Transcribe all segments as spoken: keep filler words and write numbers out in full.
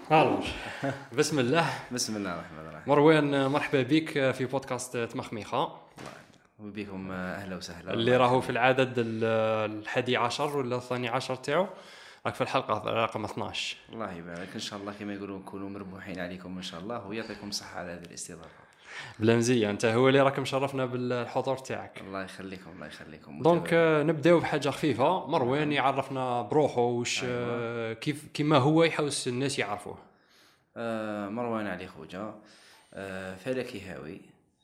الو بسم الله. بسم الله الرحمن الرحيم. مروان، مرحبا بك في بودكاست تمخميخه، وبكم اهلا وسهلا. اللي راهو في العدد الحادي عشر ولا الثاني عشر تاعو، راك في الحلقه رقم اثناش. الله يبارك، ان شاء الله كما يقولون نكونوا مربوحين عليكم ان شاء الله، ويعطيكم الصحه على هذه الاستضافه. بلا مزيه، انت هو اللي راك مشرفنا بالحضور تاعك. الله يخليكم الله يخليكم. دونك نبداو بحاجه خفيفه. مروان يعرفنا بروحه وش أيوة. كيف كيما هو يحوس الناس يعرفوه. آه مروان علي خوجه، آه فلكي هاوي.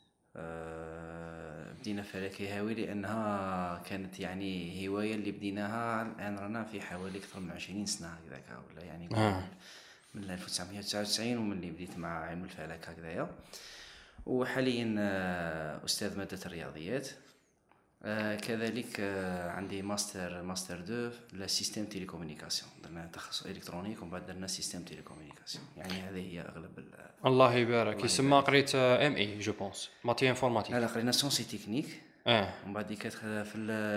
آه بدينا فلكي هاوي لانها كانت يعني هوايه اللي بديناها الان رانا في حوالي اكثر من عشرين سنه هكذاك، ولا يعني آه. من ألف وتسعمائة وتسعة وتسعين ومن اللي بديت مع علم الفلك هكذايا. وحاليا أستاذ مادة الرياضيات. آه كذلك آه عندي ماستر ماستر دو لا سيستم تيليكومونيكاسيون، درنا تخصص الكترونيك ومن بعد درنا سيستم تيليكومونيكاسيون. يعني هذه هي اغلب. الله يبارك. يسمى قريت ام اي جو بونس ماتي انفورماتيك. لا قرينا سونسي تكنيك. اه ومن بعد كانت في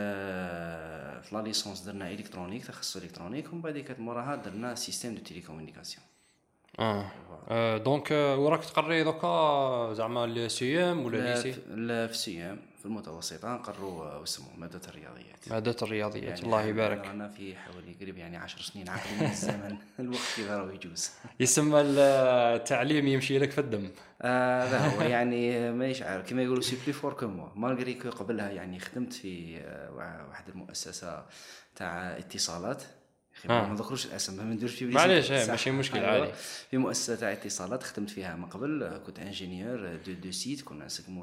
في لا ليسونس درنا الكترونيك تخصص الكترونيك، ومن بعد كانت موراها درنا سيستم دو تيليكومونيكاسيون. اه, آه دونك وراك تقري دوكا زعما لي سي ام ولا لي سي؟ لا في سي ام في المتوسطه نقروا اسمه ماده الرياضيات. ماده الرياضيات يعني الله يبارك. انا في حوالي قريب يعني عشر سنين عقل من الزمن. الوقت كيف راه يجوز. يسمى التعليم يمشي لك في الدم. آه هذا هو يعني مانيش عارف كما يقولوا سي بلي فور كو موا. مالغري كو قبلها يعني خدمت في واحد المؤسسه تاع اتصالات. آه. ما نذكروش الاسم، ما نديرش في معليش ماشي مشكل عادي. في مؤسسه تاع اتصالات خدمت فيها من قبل، كنت انجينيور دو دو سيت. كنا نسمو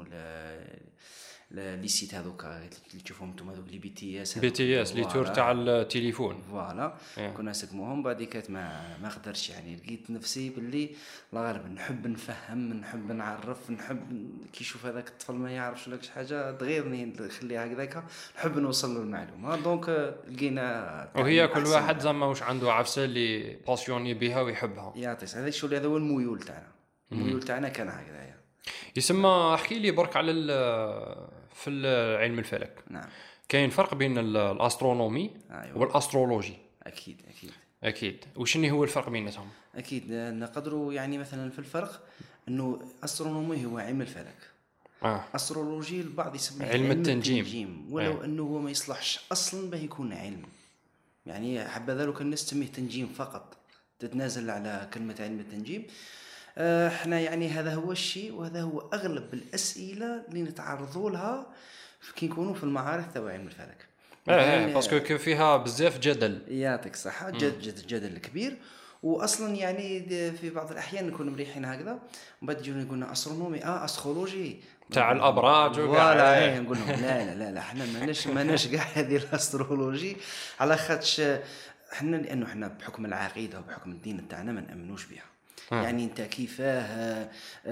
لي سيت هذوك اللي تشوفهم نتوما هذوك لي بي تي اس بي تي اس لي تور تاع التليفون. فوالا كنا نسموهم. بعد كانت ما ما قدرتش يعني، لقيت نفسي باللي لا غالب نحب نفهم نحب نعرف نحب كي يشوف هذاك الطفل ما يعرفش لك حاجه تغيرني نخليها هكذاك، نحب نوصل له المعلومه. دونك لقينا وهي كل واحد زعما واش عنده عفسه اللي باسيوني بها ويحبها. يعطيك هذا الشغل، هذا هو الميول تاعنا. الميول تاعنا كان هكذايا. يسمى احكي لي برك على في علم الفلك. نعم. كاين فرق بين الاسترونومي أيوة. والاسترولوجي. اكيد اكيد اكيد. وشنو هو الفرق بيناتهم؟ اكيد نقدروا يعني مثلا في الفرق انه استرونومي هو علم الفلك. آه. استرولوجي البعض يسميه علم, علم التنجيم. التنجيم، ولو آه. انه هو ما يصلحش اصلا به يكون علم. يعني حبذا لو كان الناس تسميه تنجيم فقط، تتنازل على كلمه علم التنجيم. احنا يعني هذا هو الشيء، وهذا هو اغلب الاسئله اللي نتعرضوا لها كي نكونوا في المعارض تاع علم الفلك. اه باسكو فيها بزاف جدل. يعطيك الصحه. جد جد جدل كبير. واصلا يعني في بعض الاحيان نكون مريحين هكذا، ومن بعد يجون يقولنا استرونومي اه استرولوجي تاع الابراج وكاع. نقول لهم لا لا لا لا احنا ماناش ماناش كاع هذه الاسترولوجي، على خاطش احنا لانه احنا بحكم العقيده وبحكم الدين تاعنا ما نامنوش بها. آه. يعني انت كيفاه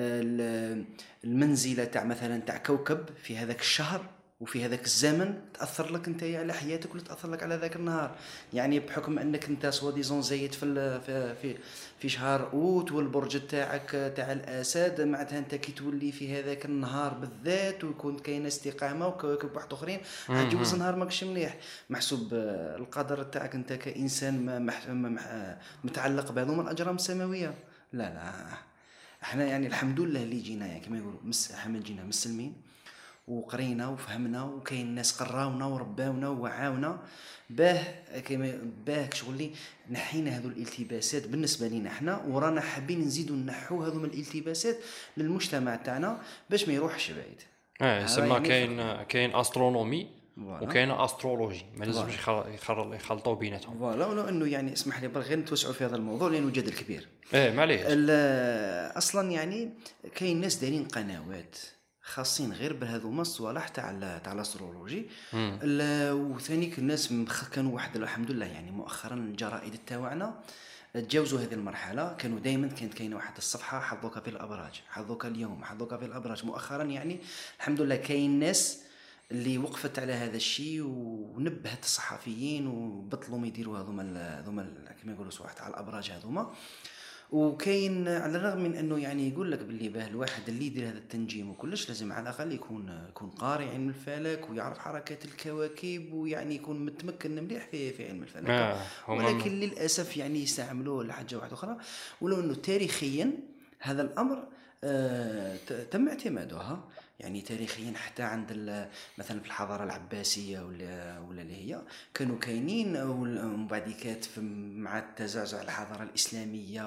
المنزله تاع مثلا تاع كوكب في هذاك الشهر وفي هذاك الزمن تاثر لك انت على حياتك ولا تاثر لك على ذاك النهار. يعني بحكم انك انت سواديزون زايد في في في شهر اوت والبرج تاعك تاع الاسد، معناتها انت كي تولي في هذاك النهار بالذات ويكون كاينه استقامه وكواكب واحد اخرين حتجوز نهار ماكش مليح محسوب. القدر تاعك انت كانسان متعلق بهذوما الاجرام السماويه. لا لا احنا يعني الحمد لله اللي جينا يعني كما يقولوا مس احنا جينا مسلمين وقرينا وفهمنا، وكاين الناس قراونا ورباونا ووعاونا باه كما باه شغلي نحينا هذو الالتباسات بالنسبه لنا احنا، ورانا حابين نزيدوا نحو هذو من الالتباسات للمجتمع تاعنا باش ما يروحش بعيد. اه يسمى كاين كاين استرونومي وكاين استرولوجي، ما لازمش يخلطوا بيناتهم. فوالا ولو انه يعني اسمح لي غير نتوسعوا في هذا الموضوع لانه جدل كبير. ايه معليش. اصلا يعني كاين ناس دايرين قنوات خاصين غير بهذو الصوالح تاع تاع الاسترولوجي. وثاني الناس كانوا واحد الحمد لله يعني مؤخرا الجرائد تاعنا تجاوزوا هذه المرحله. كانوا دائما كانت كاينه واحد الصفحه حظوك في الابراج، حظوك اليوم، حظوك في الابراج. مؤخرا يعني الحمد لله كاين ناس اللي وقفت على هذا الشيء ونبهت الصحفيين وبطلوا ما يديروا هذوما هذوما كما يقولوا صوالح تاع الابراج هذوما. وكاين على الرغم من انه يعني يقول لك باللي باه الواحد اللي يدير هذا التنجيم وكلش لازم على الاقل يكون يكون قارئ علم الفلك ويعرف حركات الكواكب ويعني يكون متمكن مليح في في علم الفلك. آه ولكن للاسف يعني يستعملوه لحاجه واحده اخرى، ولو انه تاريخيا هذا الامر آه تم اعتمادها يعني تاريخيا حتى عند مثلا في الحضاره العباسيه ولا ولا اللي هي كانوا كاينين، ومن بعد كانت مع التزعزع الحضاره الاسلاميه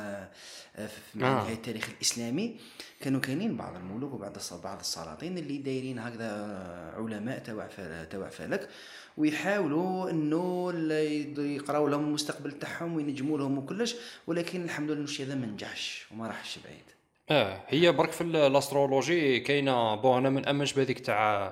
مع نهايه التاريخ الاسلامي كانوا كاينين بعض الملوك وبعض بعض السلاطين اللي دايرين هكذا علماء تبع تبع فلك ويحاولوا انه يقراوا لهم المستقبل تاعهم وينجموا لهم وكلش، ولكن الحمد لله الشيء هذا ما نجحش وما راحش بعيد. اه هي برك في الاسترولوجي كاينه بون انا من امنش بهذيك تاع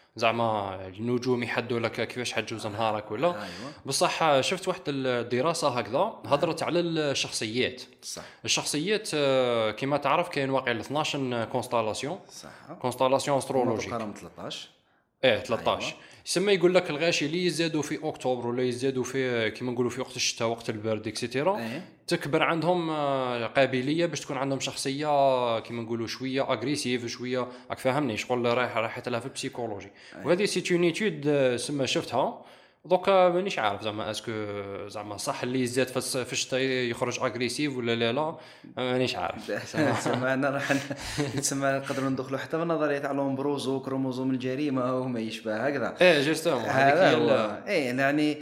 زعما النجوم يحدوا لك كيفاش حتجوز نهارك ولا أيوة. بصح شفت واحد الدراسه هكذا هضرت على الشخصيات. صح. الشخصيات كما تعرف كاين واقع اثناش كونستالاسيون. صح. كونستالاسيون استرولوجي رقم ثلاثطاش. ايه ثلاثطاش. أيوة. يسمى يقول لك الغاشي اللي يزادوا في اكتوبر ولا يزادوا في كيما نقولوا في وقت الشتاء وقت البرد اكسيتيرا أيه. تكبر عندهم قابليه باش تكون عندهم شخصيه كيما نقولوا شويه اغريسيف شويه راك فاهمني شغل رايح رايحه لها في البسيكولوجي. أيه. وهذه سي اون ايتود سما شفتها دوكا مانيش عارف زعما اسكو زعما صح اللي يزاد في الشتاء يخرج اغريسيف ولا لا لا مانيش عارف. تسمى انا راح تسمى نقدروا ندخلوا حتى في النظريه تاع لومبروز وكروموزوم الجريمه وما يشبه هكذا. ايه جوستومون هذيك هي ايه يعني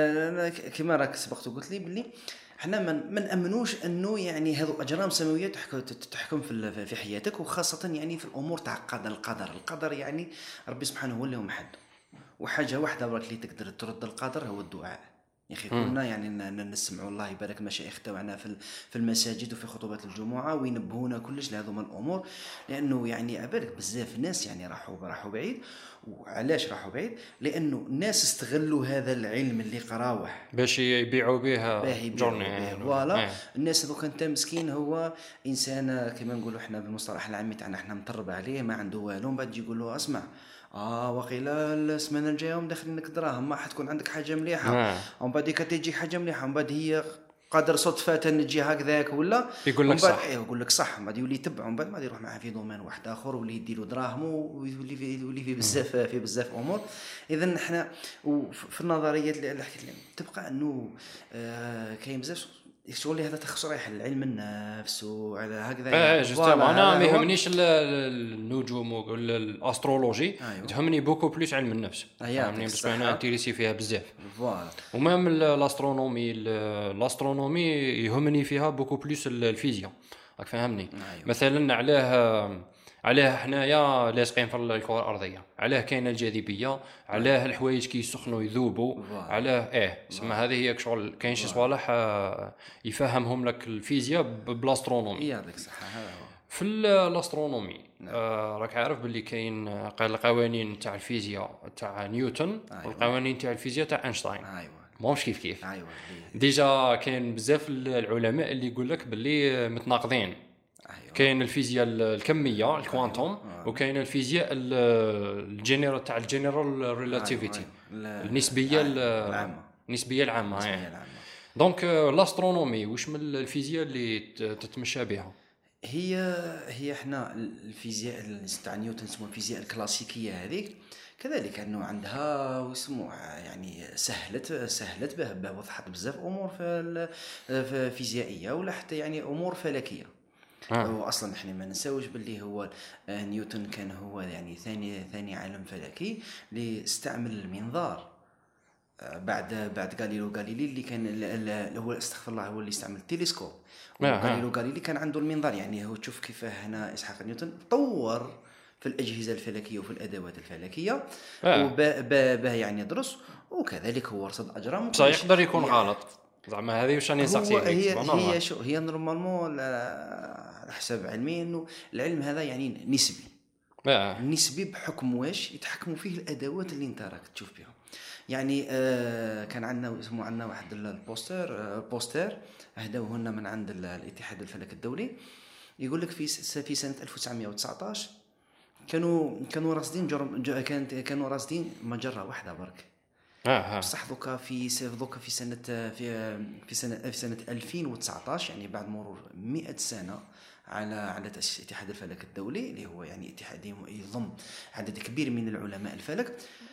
آه كما راك سبقت وقلت لي باللي احنا من ما نامنوش انه يعني هذو اجرام سماويه تحكم في في حياتك، وخاصه يعني في الامور تاع القدر. القدر القدر يعني ربي سبحانه هو اللي هو محد، وحاجه واحده برك اللي تقدر ترد القدر هو الدعاء. يا اخي كنا يعني نسمعوا الله يبارك مشايخ تاعنا في في المساجد وفي خطبات الجمعه وينبهونا كلش لهذوما الامور، لانه يعني عبالك بزاف الناس يعني راحوا راحوا بعيد. وعلاش راحوا بعيد؟ لانه الناس استغلوا هذا العلم اللي قراوه باش يبيعوا به جورني فوالا. الناس هذوك انت مسكين هو انسان كما نقولوا احنا بالمصطلح العامي تاعنا احنا مطرب عليه ما عنده والو، بعد يقول له اسمع اه وقيلا السمانه الجايه مدخلين لك دراهم ما حتكون عندك حاجه مليحه ومن بعد تجي حاجه مليحه ومن بعد هي قدر صدفه تجي هكذاك ولا يقول لك صح. ايه يقول لك صح، بعد يولي يتبع ومن بعد ما يروح معاه في دومين واحد اخر واللي يديروا دراهم ويولي في يولي في بزاف في بزاف امور. اذا احنا في النظريات اللي حكيت لهم تبقى انه آه كاين بزاف شغل هذا تخص رايح العلم النفس وعلى هكذا. اه جوستومون انا ما يهمنيش النجوم ولا الاسترولوجي. أيوة. تهمني بوكو بلوس علم النفس يعني باش انا انتريسي فيها بزاف فوالا. ومام الاسترونومي الاسترونومي يهمني فيها بوكو بلوس الفيزياء راك فاهمني. أيوة. مثلا علاه علاه حنايا لاصقين في الكره الارضيه، علاه كاينه الجاذبيه، علاه الحوايج كي يسخنوا يذوبوا، علاه ايه سما هذه هي شغل كاين شي صوالح يفهمهم لك الفيزياء بالاسترونومي. يعطيك صحه. هذا هو في الاسترونومي. آه راك عارف باللي كاين القوانين تاع الفيزياء تاع نيوتن. أيوة. والقوانين تاع الفيزياء تاع اينشتاين. ايوه ماهمش كيف كيف. ايوه ديجا كاين بزاف العلماء اللي يقول لك باللي متناقضين. أيوة. كاين الفيزياء الكميه الكوانتوم. أيوة. وكاين الفيزياء الجنرال تاع الجنرال ريلاتيفيتي. أيوة. النسبيه العامه. النسبيه العامه. العامه. دونك الاسترونومي واش من الفيزياء اللي تتمشى بها؟ هي هي احنا الفيزياء تاع نيوتن اسمها الفيزياء الكلاسيكيه هذيك كذلك انه عندها واسموها يعني سهلت سهلت به وضحت بزاف امور في فيزيائيه ولا حتى يعني امور فلكيه. آه. واصلا احنا ما نساوش باللي هو نيوتن كان هو يعني ثاني ثاني عالم فلكي اللي استعمل المنظار بعد بعد غاليليو غاليلي اللي كان هو استغفر الله هو اللي استعمل التلسكوب. غاليليو غاليلي كان عنده المنظار يعني هو تشوف كيف هنا اسحاق نيوتن طور في الاجهزه الفلكيه وفي الادوات الفلكيه آه. وباه يعني يدرس وكذلك هو رصد اجرام. صح يقدر يكون يعني غلط زعما هذه واش راني صاحتي هي هي شو هي نورمالمون على حسب علمي انه العلم هذا يعني نسبي. آه. نسبي بحكم واش يتحكموا فيه الادوات اللي انت راك تشوف بها. يعني آه كان عندنا اسمه عندنا واحد البوستر آه بوستر اهدوه لنا من عند الاتحاد الفلك الدولي يقول لك في في سنه ألف وتسعمائة وتسعة عشر كانوا كانوا راصدين جرم كانت كانوا راصدين مجره واحده برك. اه بصح دوكا في دوكا في سنه في في سنه في سنه ألفين وتسعطاش يعني بعد مرور مئة سنه على على تاسيس اتحاد الفلك الدولي اللي هو يعني اتحاد يضم عدد كبير من العلماء الفلك،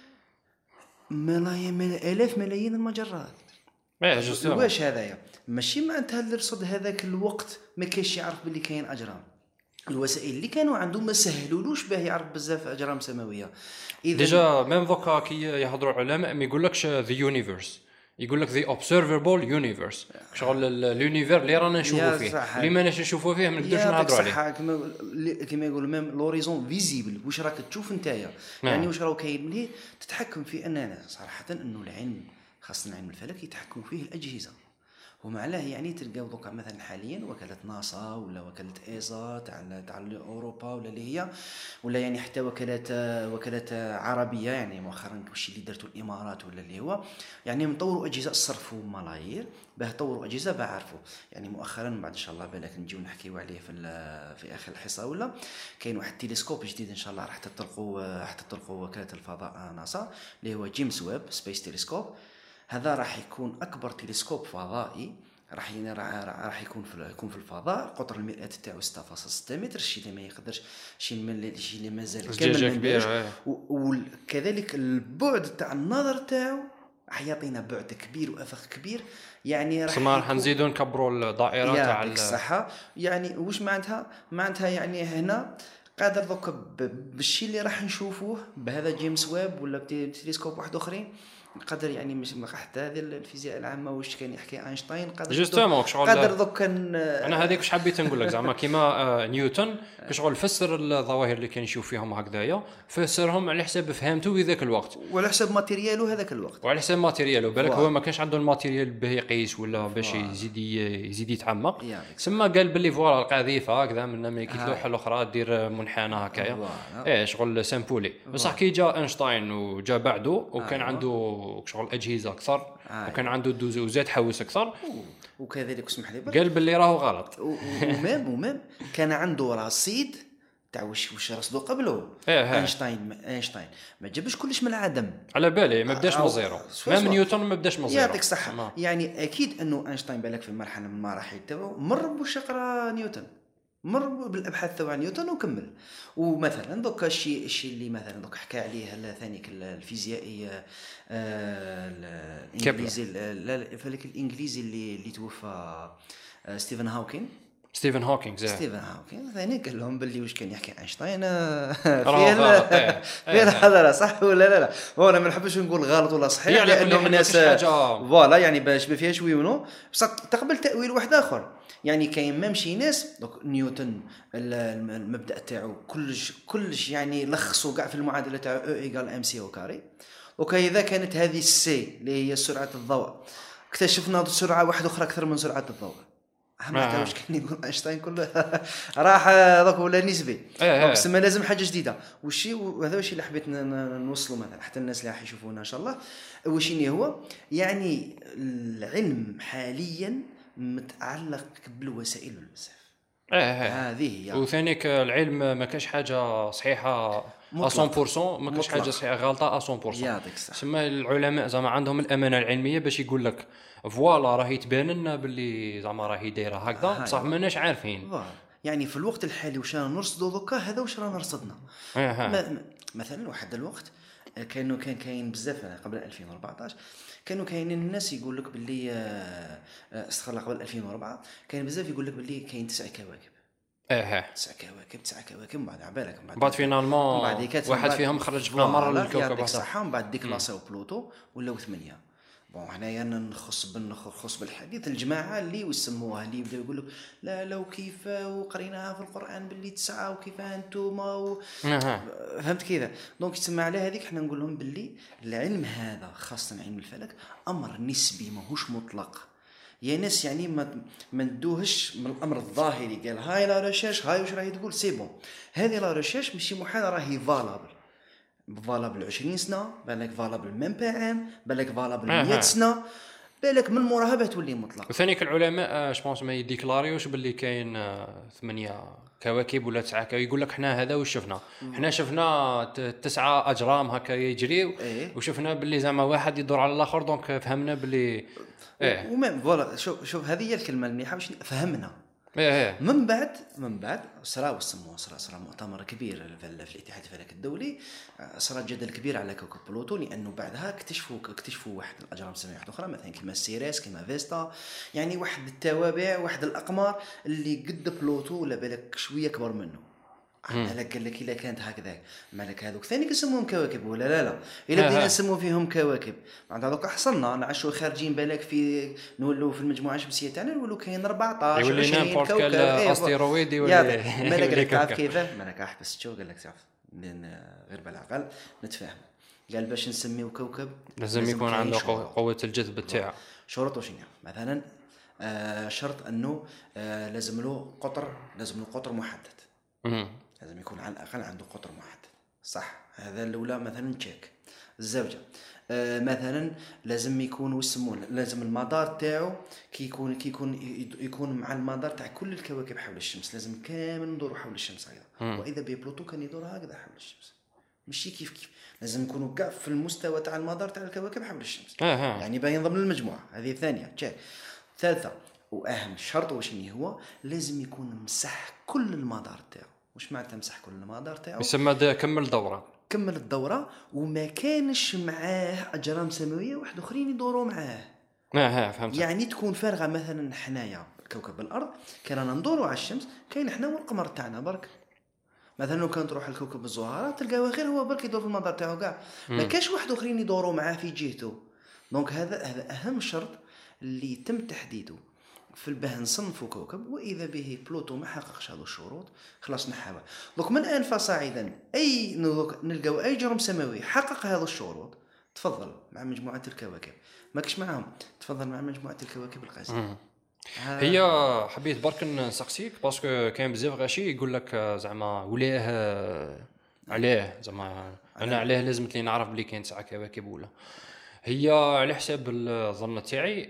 ملايين من الاف ملايين المجرات. ايه جوستومون واش هذايا ماشي معناتها اللي رصد هذاك الوقت ما كاينش يعرف باللي كاين اجرام. الوسائل اللي كانوا عندهم ما سهلولوش باه يعرف بزاف اجرام سماويه. اذا ديجا ميم دوكا كي يهضروا العلماء ما يقولكش ذا يونيفيرس، يقول لك ذا اوبسيرفبل يونيفيرس، شغل اليونيفير اللي رانا نشوفوا فيه اللي ما ناش نشوفوا فيه ما نقدرش نهضروا عليه. كما كما يقولوا ميم لوريزون فيزيبل، واش راك تشوف نتايا يعني واش راهو كاين ملي تتحكم في اننا صراحه انه العلم خاصنا علم الفلك يتحكم فيه الاجهزه. ومعناه يعني تلقاو دوكا مثلا حاليا وكاله ناسا ولا وكاله ايزا تاع تاع اوروبا ولا اللي هي ولا يعني حتى وكالات وكالات عربيه يعني مؤخرا واش اللي درتوا الامارات ولا اللي هو يعني مطوروا اجهزه صرفوا ملايير باه طوروا اجهزه باه عرفوا. يعني مؤخرا بعد ان شاء الله بالك نجيو نحكيو عليه في في اخر الحصه ولا كاين واحد التلسكوب جديد ان شاء الله راح تطلقوا راح تطلقوا وكاله الفضاء ناسا اللي هو جيمس ويب سبيس تلسكوب. هذا راح يكون اكبر تلسكوب فضائي راح راح يكون في يكون في الفضاء. قطر المرآة تاعو ستة فاصلة ستة متر، الشيء اللي ما يقدرش شيء من الشيء اللي مازال كامل كبير. وكذلك البعد تاع النظر تاعو راح يعطينا بعد كبير وافق كبير. يعني راح راح نزيدوا نكبروا الدائره تاع الصحه. يعني واش معناتها معناتها يعني هنا قادر دوك بالشيء اللي راح نشوفوه بهذا جيمس ويب ولا بتلسكوب واحد اخرين قدر يعني مش حتى هذه الفيزياء العامه واش كان يحكي اينشتاين قادر جوستومون قادر دوك كان انا هذيك واش حبيت نقول لك زعما كيما نيوتن كشغل فسر الظواهر اللي كان يشوف فيهم هكذايا فسرهم على حساب فهمته في ذاك الوقت وعلى حساب ماتيريالو هذاك الوقت وعلى حساب ماتيريالو بالك هو ما كانش عنده الماتيريال باه يقيس ولا باش يزيد يزيد يتعمق. ثم قال باللي فوالا القذيفه هكذا من امريكا اللوحه الاخرى دير منحنى هكايا ايه شغل سامبولي. بصح كي جاء اينشتاين وجا بعده وكان عنده شغل اجهزه اكثر آه وكان عنده دوزات حوس اكثر وكذلك اسمح لي قال باللي راهو غلط. ومام ومام كان عنده رصيد تاع واش واش رصدوا قبله. إيه اينشتاين اينشتاين ما جابش كلش من العدم على بالي ما بداش من زيرو. مام نيوتن ما بداش من زيرو. يعطيك الصحه. يعني اكيد انه اينشتاين بالك في مرحله من المراحل تاعو مر باش يقرا نيوتن مر بالابحاث تاع نيوتن وكمل. ومثلا دوك الشيء الشيء اللي مثلا دوك حكى عليه ثانيك الفيزيائي الانجليزي لا الفلك الانجليزي اللي اللي توفى ستيفن هوكين ستيفن هوكينغ زي ستيفن هوكينغ ثاني قال لهم باللي واش كان يحكي اينشتاين فيه فيه الحضاره صح ولا لا لا. هو انا ما نحبش نقول غلط ولا صحيح لانه الناس فوالا يعني باش ما فيهاش ويونو بصح تقبل تاويل واحد اخر. يعني كاين ميم شي ناس دوك نيوتن المبدا تاعو كلش كلش يعني لخصوا كاع في المعادله تاع او ايكال ام سي او كاري. وكذا كانت هذه السي اللي هي سرعه الضوء اكتشفنا سرعه واحده اخرى اكثر من سرعه الضوء. ما حتى واش كان يقول اينشتاين كله راح دوك ولا نسبي بس ما لازم حاجه جديده. وشي وهذا الشيء اللي حبيت نوصله مثلا حتى الناس اللي راح يشوفونا ان شاء الله وشيني هو يعني العلم حاليا متعلق بالوسائل والبزاف. ايه هذه هي. وثانيك العلم ما كاش حاجه صحيحه مية بالمية ما كاش حاجه صحيحه غلطه مية بالمية. تسمى العلماء زعما عندهم الامانه العلميه باش يقول لك فوالا راهي تبان لنا باللي زعما راهي دايره هكذا بصح ماناش عارفين. يعني في الوقت الحالي واش رانا نرصدوا دوكا هذا واش رانا رصدنا. مثلا واحد الوقت كانوا كان كاين بزاف قبل ألفين وأربعطاش كانوا كاينين الناس يقول لك باللي استغفر الله قبل ألفين وأربعة كاين بزاف يقول لك باللي كاين تسع كواكب. ايه تسع كواكب تسع كواكب بعد عبالك بعد بعد فينالمون واحد فيهم خرج في القمر للكوكب واحد صح من بعد ديكلاسيو بلوتو ولاو ثمانيه. بون هنايا نخص بالنخص بالحديث الجماعه اللي يسموها اللي يبداو يقولوا لا لو كيف وقريناها في القران باللي تسعه وكيف انتم و... فهمت كذا. دونك تسمى على هذيك حنا نقول لهم باللي العلم هذا خاصه علم الفلك امر نسبي ماهوش مطلق. يا ناس يعني ما ما ندوهش من الامر الظاهري قال هاي لا ريشيرش هاي واش راهي تقول سي بون هذه لا ريشيرش ماشي محال راهي فالابل فالابل عشرين سنه بالك فالابل ميم بي ام بالك فالابل مئة سنه بالك من موراها تولي مطلق. وثاني العلماء جوبونس ما يديكلاريوش باللي كاين ثمانية كواكب ولا تسعة كواكب، يقول لك حنا هذا واش شفنا، حنا شفنا تسعة اجرام هكا يجريو إيه؟ وشفنا باللي زعما واحد يدور على الاخر، دونك فهمنا باللي ايه ومام فوالا. شوف شوف هذه هي الكلمه المليحه باش فهمنا. ايه ايه من بعد من بعد صرا وسموه صرا صرا مؤتمر كبير في الاتحاد الفلكي الدولي، صرا جدل كبير على كوكب بلوتو، لانه بعدها اكتشفوا اكتشفوا واحد الاجرام السماويه اخرى مثلا كما السيريس كما فيستا، يعني واحد التوابع واحد الاقمار اللي قد بلوتو ولا بالك شويه كبر منه. مالك قال لك الا كانت هكذا مالك هذوك ثاني كنسموهم كواكب ولا لا لا الا بدينا نسموا فيهم كواكب معناتها دوك حصلنا نعشوا خارجين بالك في نولوا في المجموعه الشمسيه تاعنا نقولوا كاين أربعطاش عشرين كوكب استيرويد ولا مالك قال تعرف كيفاه مالك احبس شو قال لك تعرف غير بالعقل نتفاهم. قال باش نسميو كوكب لازم يكون عنده قوه الجذب تاعو. شروط شنو مثلا؟ آه شرط انه آه لازم له قطر لازم له قطر محدد. امم لازم يكون على الأقل عنده قطر محدد صح. هذا الأولى مثلا تشيك. الزوجة آه مثلا لازم يكون ويسمون لازم المدار تاعو كي يكون كي يكون يكون مع المدار تاع كل الكواكب حول الشمس، لازم كامل ندوروا حول الشمس هكذا. وإذا ببلوتو كان يدور هكذا حول الشمس ماشي كيف كيف، لازم يكونوا كاع في المستوى تاع المدار تاع الكواكب حول الشمس. آه. يعني باين ضمن المجموعة هذه ثانية تشيك. ثالثة وأهم شرط وشني هو لازم يكون مسح كل المدار تاعو. وش معنى تمسح كل المدار تاعو؟ يسمى كمل دورة. كمل الدورة وما كانش معاه أجرام سماوية واحد أخرين يدوروا معاه. اه فهمت. يعني تكون فارغة مثلا حنايا كوكب الأرض كان ندوروا على الشمس كاين حنا والقمر تاعنا برك. مثلا لو كان تروح الكوكب الزهرة تلقاه غير هو برك يدور في المدار تاعو كاع ما كاش واحد أخرين يدوروا معاه في جهته. دونك هذا هذا أهم شرط اللي تم تحديده في الباه نصنفوا كوكب. واذا به بلوتو ما حققش هذو الشروط خلاص نحاول. دوك من الان فصاعدا اي نلقاو اي جرم سماوي حقق هذو الشروط تفضل مع مجموعه الكواكب، ماكش معهم تفضل مع مجموعه الكواكب القاسيه. هي حبيت برك نسقسيك باسكو كاين بزاف غاشي يقول لك زعما وليه عليه زعما انا عليه لازمت لي نعرف بلي كاين تسعة كواكب ولا. هي على حساب الظن تاعي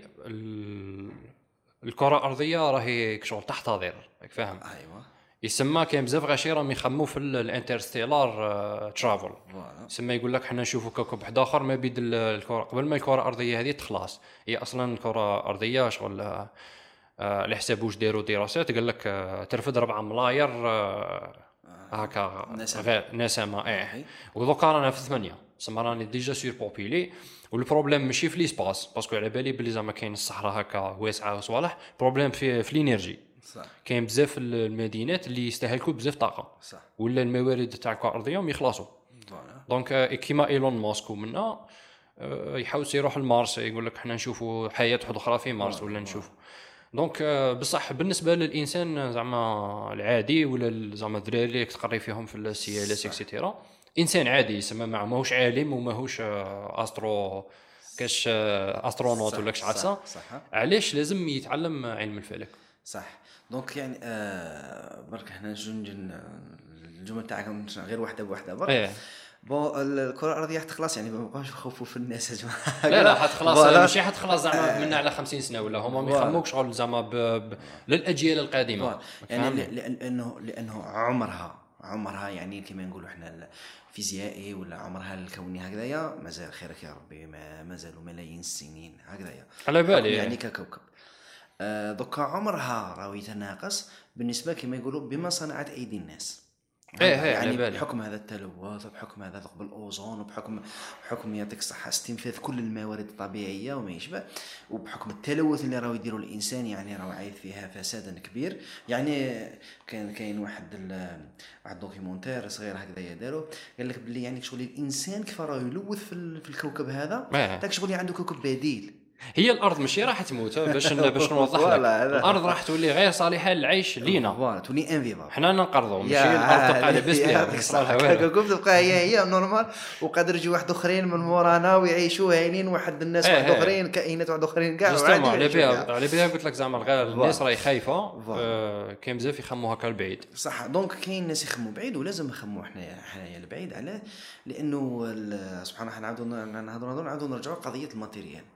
الكره الارضيه راهي كشغل تحتضر راك فاهم. ايوا يسمى كاين بزاف غاشي راهم يخموا في الانترستيلار ترافل. يسمى يقول لك حنا نشوفوا كوكب واحد اخر ما بيد الكره قبل ما الكره الارضيه هذه تخلص. هي اصلا الكره الارضيه شغل على حساب واش داروا دراسات قال لك ترفد ربعة ملاير هكا نسمه ايه ودوكا رانا في ثمانية سما راني ديجا سور بوبيلي. والبروبليم ماشي في ليسباس باسكو على بالي بلي زعما كاين الصحراء هكا واسعه وصوالح. بروبليم في في الانرجي صح. كاين بزاف المدينات اللي يستهلكوا بزاف طاقه صح. ولا الموارد تاع الكره الارضيه يخلصوا. دونك كيما ايلون ماسك ومنا يحاول يروح لمارس يقول لك حنا نشوفوا حياه اخرى في مارس ولا نشوف. دونك بصح بالنسبه للانسان زعما العادي ولا زعما الدراري اللي تقري فيهم في السي ال اس اكسيتيرا انسان عادي يسمى معه ماهوش عالم وماهوش استرو كاش استرونوت ولا كاش عدسه. علاش لازم يتعلم علم الفلك؟ صح. دونك يعني آه برك هنا جن الجمل تاعكم غير واحده بواحده برك. ايه بون الكره الارضيه حتخلص يعني ما بقاوش نخوفوا في الناس يا جماعه. لا لا حتخلص ماشي حتخلص زعما منا على خمسين سنه ولا هما ما يخموكش شغل زعما للاجيال القادمه يعني لانه لانه عمرها عمرها يعني كما نقولوا احنا الفيزيائي ولا عمرها الكوني هكذايا مازال خيرك يا ربي ما مازالوا ملايين السنين هكذايا على بالي يعني ككوكب. آه دوكا عمرها راهو يتناقص بالنسبه كما يقولوا بما صنعت ايدي الناس. ايه يعني بحكم هذا التلوث وبحكم هذا ثقب الاوزون وبحكم بحكم يعطيك الصحه استنفاذ كل الموارد الطبيعيه وما يشبه وبحكم التلوث اللي راهو يديروا الانسان يعني راهو عايث فيها فسادا كبير. يعني كان كاين واحد واحد دوكيومونتير صغير هكذا داروا قال لك بلي يعني شغل الانسان كيف راه يلوث في, في الكوكب هذا داك شغل عنده كوكب بديل. هي الارض ماشي راح تموت باش باش نوضح لك الارض راح تولي غير صالحه للعيش لينا فوالا تولي انفيفا حنا ننقرضوا ماشي الارض تبقى لاباس بها صراحه كوكب تبقى هي هي نورمال وقادر يجي واحد اخرين من مورانا ويعيشوا هاينين واحد الناس واحد اخرين كائنات واحد اخرين كاع عادي على بها على بها قلت لك زعما غير الناس راهي خايفه كاين بزاف يخموا هكا البعيد صح. دونك كاين ناس يخموا بعيد ولازم نخموا حنايا حنايا البعيد علاه لانه سبحان الله نعاودوا نعاودوا نرجعوا قضيه الماتيريال لانه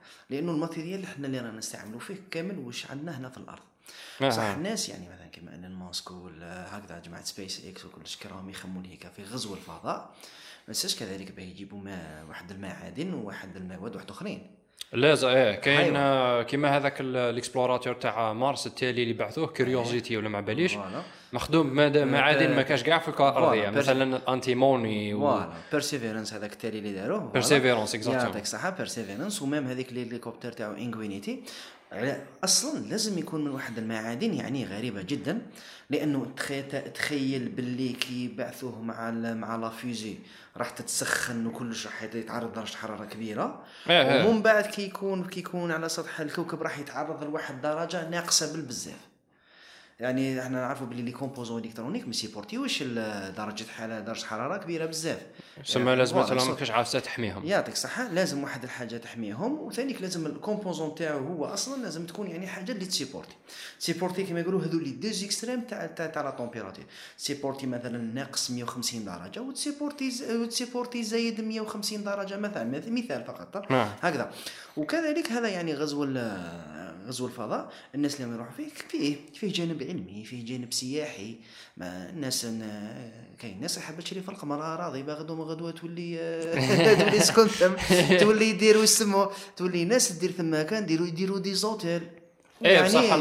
لانه الماتيريال اللي احنا اللي رانا نستعملوا فيه كامل واش عندنا هنا في الارض. آه. صح الناس يعني مثلا كما ايلون ماسك ولا هكذا جماعه سبيس اكس وكلش كراهم يخمون هيك في غزو الفضاء، ما نساش كذلك باه يجيبوا ما واحد المعادن وواحد المواد واحد اخرين. لازم ايه كاين آه، كيما هذاك ال- الاكسبلوراتور تاع مارس التالي اللي بعثوه كيوريوزيتي ولا ما باليش فوالا مخدوم ماد- معادن ما كاش كاع في الكره الارضيه، فوالا. مثلا الانتيموني و فوالا بيرسيفيرنس هذاك التالي اللي داروه Perseverance، exactement. يعطيك الصحه بيرسيفيرنس. ومام هذيك الهليكوبتر تاعو انغوينيتي اصلا لازم يكون من واحد المعادن يعني غريبه جدا، لانه تخيل تخيل باللي كي بعثوه مع ال- مع لا فيزي راح تتسخن وكلش راح يتعرض درجه حراره كبيره، إيه إيه. ومن بعد كي يكون كي يكون على سطح الكوكب راح يتعرض لواحد درجه ناقصه بالبزاف. يعني احنا نعرفوا باللي لي كومبوزون الكترونيك ما سيبورتيوش ال- درجه حاله درجه حراره كبيره بزاف. سما لازم فوالا، مثلا صح. ما كاش عافسه تحميهم. يعطيك الصحة، لازم واحد الحاجة تحميهم، وثانيك لازم الكومبوزون تاعو هو اصلا لازم تكون يعني حاجة اللي تسيبورتي تسيبورتي كما يقولوا هذو لي دوز اكستريم تاع تاع تاع لا تمبيراتور، تسيبورتي مثلا ناقص مية وخمسين درجة وتسيبورتي ز- وتسيبورتي زايد مية وخمسين درجة مثلا، مث- مثال فقط نعم. هكذا. وكذلك هذا يعني غزو ال- غزو الفضاء، الناس اللي يروحوا فيه فيه فيه جانب علمي، فيه جانب سياحي. ما الناس ن- كاين ناس حابه تشري في القمر راضي باغدو ما غدوه تولي تولي سكن ثم تولي يديروا يسموا تولي ناس دير ثم كان ديروا يديروا دي زوتيل. ايه بصح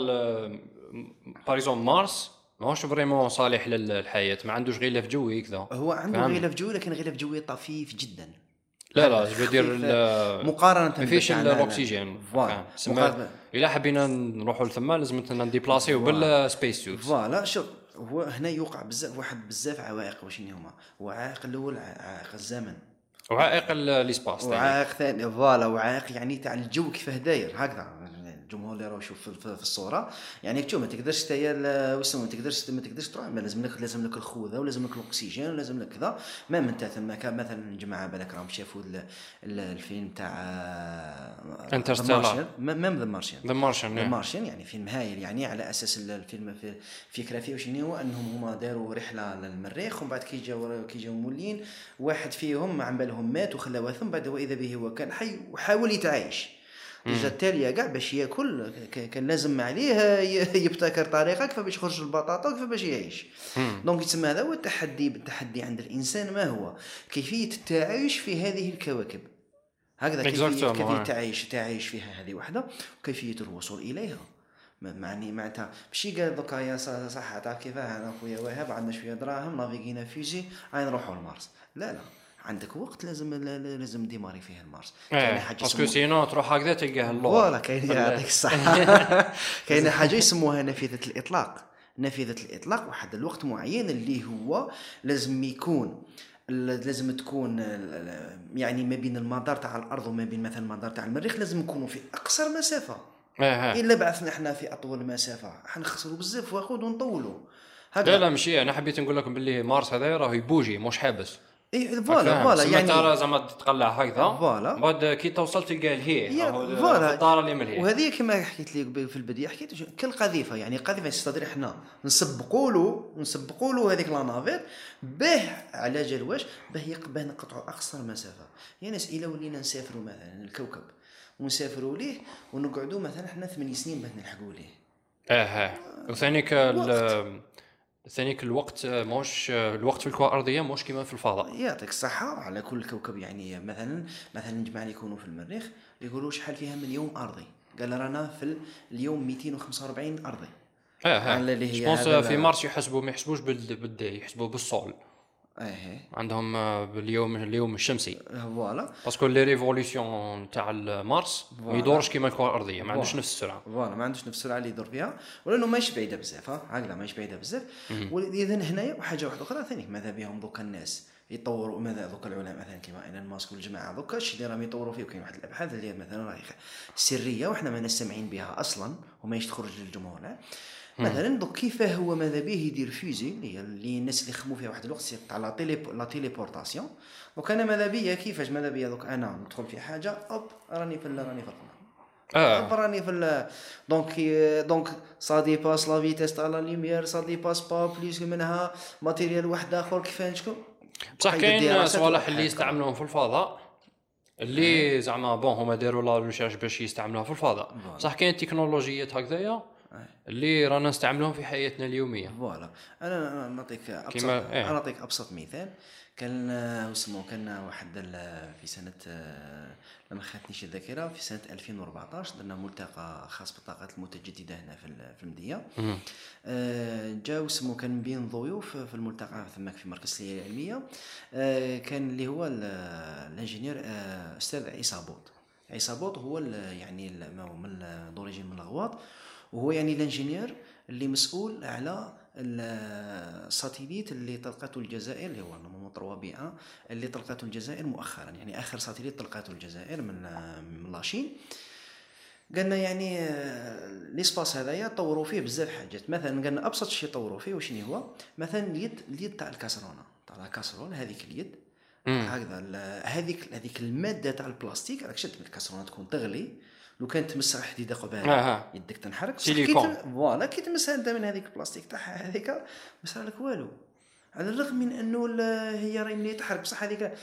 باريزون مارس ماهوش فريمون صالح للحياه، ما عندوش غلاف جوي كذا. هو عنده فهمت. غلاف جوي لكن غلاف جوي طفيف جدا. لا لا جو دير ال- مقارنه ما فيش بالتاعنا- الاكسجين. فوالا. سما مقارنة- الا حبينا نروحوا لثما لازم نديبلاسيو بالسبيس سوت. فوالا. شوف هو هنا يوقع بزاف واحد بزاف عوائق. واش هما؟ هو عائق الاول عائق الزمن، وعائق الاسباس ثاني. وعائق ثاني فوالا وعائق يعني تاع الجو كيفاه داير هكذا. الجمهور اللي راه يشوف في, في, في الصوره يعني كتشوف ما تقدرش تايا وسم ما تقدرش ما تقدرش تروح، ما لازم لك لازم لك الخوذه ولازم لك الاكسجين ولازم لك كذا. ما من انت ثم كان مثلا جماعه بالك راهم شافوا ال- ال- الفيلم تاع Interstellar. مام ذا مارشن ذا مارشن. المارشن يعني فيلم هايل يعني على اساس الفيلم في فكره فيه شنو هو انهم هما داروا رحله للمريخ ومن بعد كي جاوا كي جاوا مولين واحد فيهم عن بالهم مات وخلى وثم بعد واذا به هو كان حي وحاول يتعايش. الجا التالية كاع باش ياكل ك- كان لازم عليه ي- يبتكر طريقه كيف باش يخرج البطاطا كيف باش يعيش. دونك يسمى هذا هو التحدي. بالتحدي عند الانسان ما هو كيفيه التعايش في هذه الكواكب هكذا، كيفيه Exactement, كيفيه ouais. التعايش تعايش فيها هذه وحده وكيفيه الوصول اليها. ما- معني معناتها ماشي قال دوكا يا ص- صح تاع كيفاه انا خويا وهاب عندنا شويه دراهم نافيغينا فيجي عاي نروحوا لمارس. لا لا عندك وقت لازم لازم ديماري فيه المارس. ايه باسكو سينو تروح هكذا تلقاه اللور. فوالا كاين يعطيك الصحه. كاين حاجه يسموها نافذه الاطلاق. نافذه الاطلاق واحد الوقت معين اللي هو لازم يكون لازم تكون يعني ما بين المدار تاع الارض وما بين مثلا المدار تاع المريخ لازم نكونوا في اقصر مسافه. ايه الا بعثنا احنا في اطول مسافه حنخسروا بزاف واخد ونطولوا لا هكذا. لا ماشي، انا حبيت نقول لكم باللي مارس هذا راه يبوجي مش حابس. اي فوالا فوالا يعني يعني ترى زعما تقلع هكذا فوالا. بعد كي توصل تلقى الهي يا راهو فوالا. في الدار اللي ملهي. وهذه كما حكيت لك في البدايه حكيت شو- كالقذيفه يعني قذيفه يستدير احنا نسبقوا له نسبقوا له هذيك لانافير باه على جال واش باه يقبل نقطعوا اقصر مسافه. يعني الى ولينا نسافروا مثلا الكوكب ونسافروا ليه ونقعدوا مثلا احنا ثمانية سنين باه نلحقوا ليه. اه اه وثانيك ال- ثانيك الوقت موش الوقت في الكره الارضيه موش كيما في الفضاء. يعطيك الصحة. على كل كوكب يعني مثلا مثلا جماعة يكونوا في المريخ يقولوا شحال فيها من يوم أرضي، قال رانا في اليوم مئتين وخمسة وأربعين أرضي. اه على اللي اه هي جوبونس هذا في ال- مارس يحسبوا ما يحسبوش بال- بالدي، يحسبوا بالصول. ايه عندهم آه، باليوم اليوم الشمسي فوالا باسكو لي ريفوليسيون تاع مارس ما يدورش كيما الكره الارضيه، ما عندوش نفس السرعه. فوالا ما عندوش نفس السرعه اللي يدور فيها ولانه ماهيش بعيده بزاف ها هكذا ماهيش بعيده بزاف. واذا هنايا وحاجه واحده اخرى ثاني ماذا بهم دوكا الناس يطوروا ماذا دوكا العلماء مثلا كيما ايلون ماسك والجماعه دوكا الشيء اللي راهم يطوروا فيه. وكاين واحد الابحاث اللي مثلا راهي سريه وحنا ما نستمعين بها اصلا وماهيش تخرج للجمهور. مثلا دوك كيف هو ماذا به يدير فيزي اللي اللي الناس اللي يخموا فيها واحد الوقت تاع لا تيلي لا تيليبورتاسيون. دوك انا ماذا بيا كيفاش ماذا بيا دوك انا ندخل في حاجه اوب راني في راني في القمر اه راني في ال- دونك دونك سا ديباس لا فيتيس تاع لا لوميير سا ديباس با بليس منها ماتيريال واحد اخر كيفاش نشكو. بصح قيد كاين الدراسات صوالح اللي والأبحاث. يستعملوهم في الفضاء اللي زعما بون هما داروا لا ريشيرش باش يستعملوها في الفضاء. صح كاين تكنولوجيات هكذايا اللي رانا نستعملوهم في حياتنا اليوميه. فوالا انا نعطيك ابسط كيما- إيه. انا نعطيك ابسط مثال. كان اسمه كان واحد ال- في سنه آه، لما خاتنيش الذاكره في سنه ألفين وأربعطاش درنا ملتقى خاص بالطاقات المتجدده هنا في ال- في المديه. مم. آه، جاو اسمه كان بين ضيوف في الملتقى ثماك في مركز السياسه العلميه. آه، كان اللي هو ال- الانجينير آه، استاذ عيسى بوط. عيسى بوط هو ال- يعني ال- ما هو من دوريجين من الغواط، وهو يعني الانجينير اللي مسؤول على الساتيليت اللي طلقته الجزائر اللي هو نمو وبيئة اللي طلقته الجزائر مؤخرا، يعني اخر ساتيليت طلقته الجزائر من من لاشين. قالنا يعني ليسباس هذايا طوروا فيه بزاف حاجات. مثلا قالنا ابسط شيء طوروا فيه وشنو هو، مثلا اليد اليد تاع الكاسرونه تاع الكاسرون، هذيك اليد هكذا هذيك هذيك الماده تاع البلاستيك راك شفت الكاسرونه تكون تغلي، لو كانت تمسها حديده قبالة آه. يدك تنحرق. سيليكون. فوالا كي تمسها انت من هذيك البلاستيك تاعها هذيك ما صار لك والو، على الرغم من انه هي راهي ملي تحرق بصح هذيك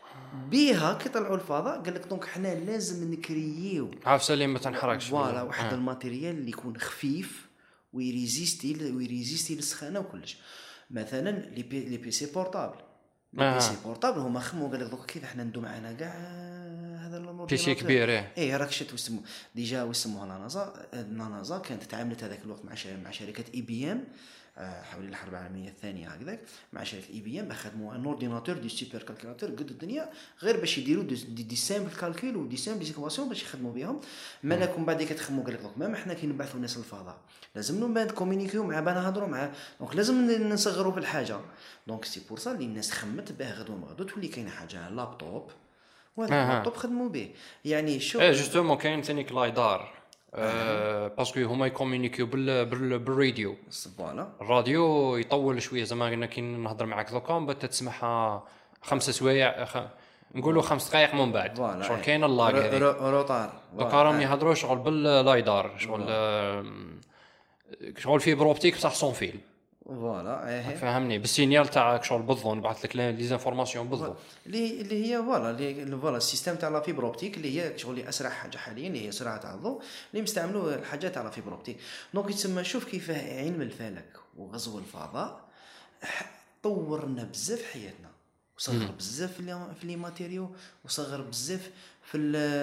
بيها كي طلعوا الفضاء قال لك دونك حنا لازم نكرييو عارف سليم ما تنحرقش. فوالا واحد آه. الماتيريال اللي يكون خفيف ويريزيستي ويريزيستي للسخانه وكلش. مثلا لي بي لي بي سي بورطابل لي بي سي بورطابل هما خمو قال لك دوك كيف حنا ندو معنا كاع هذا الامر بي سي كبير. ايه ايه راك شفت واسمو ديجا واسموها لا نازا. نازا كانت تعاملت هذاك الوقت مع مع شركه اي بي ام حوالي الحرب العالميه الثانيه هكذاك، مع شركه اي بي ام اخذوا ان اورديناتور دي سوبر كالكولاتور قد الدنيا غير باش يديروا دي, دي, دي سامبل كالكول ودي سامبل ديسيكواسيون باش يخدموا بهم. مالكم بعد كتخموا قال لك ما احنا كي نبعثوا الناس للفضاء لازم نبدا كومونيكيو مع بنا نهضروا مع دونك لازم نصغروا في الحاجه. دونك سي بور سا اللي الناس خمت باه غدو غدو تولي كاينه حاجه لابتوب وهذا اللابتوب خدموا به. يعني شوف ايه جوستومون كاين ثاني لايدار أه باسكو هما يكومونيكيو بال بال بالراديو. فوالا الراديو يطول شويه زعما قلنا كي نهضر معاك دوكا بدا تسمعها خمس سوايع خ... نقولوا خمس دقائق من بعد شغل كاين اللاغ هذيك روطار دوكا راهم يهضروا شغل باللايدار شغل شغل فيبر اوبتيك بصح سون فيل. فوالا ايه فهمني بالسينيال تاعك شغل بالضو نبعث لك لي زانفورماسيون بالضو اللي اللي هي فوالا اللي فوالا السيستم تاع لا فيبر اوبتيك اللي هي شغل اسرع حاجه حاليا اللي هي سرعه تاع الضوء اللي مستعملوا الحاجات تاع لا فيبر اوبتيك. دونك يتسمى شوف كيف علم الفلك وغزو الفضاء طورنا بزاف حياتنا وصغر بزاف في لي ماتيريو وصغر بزاف في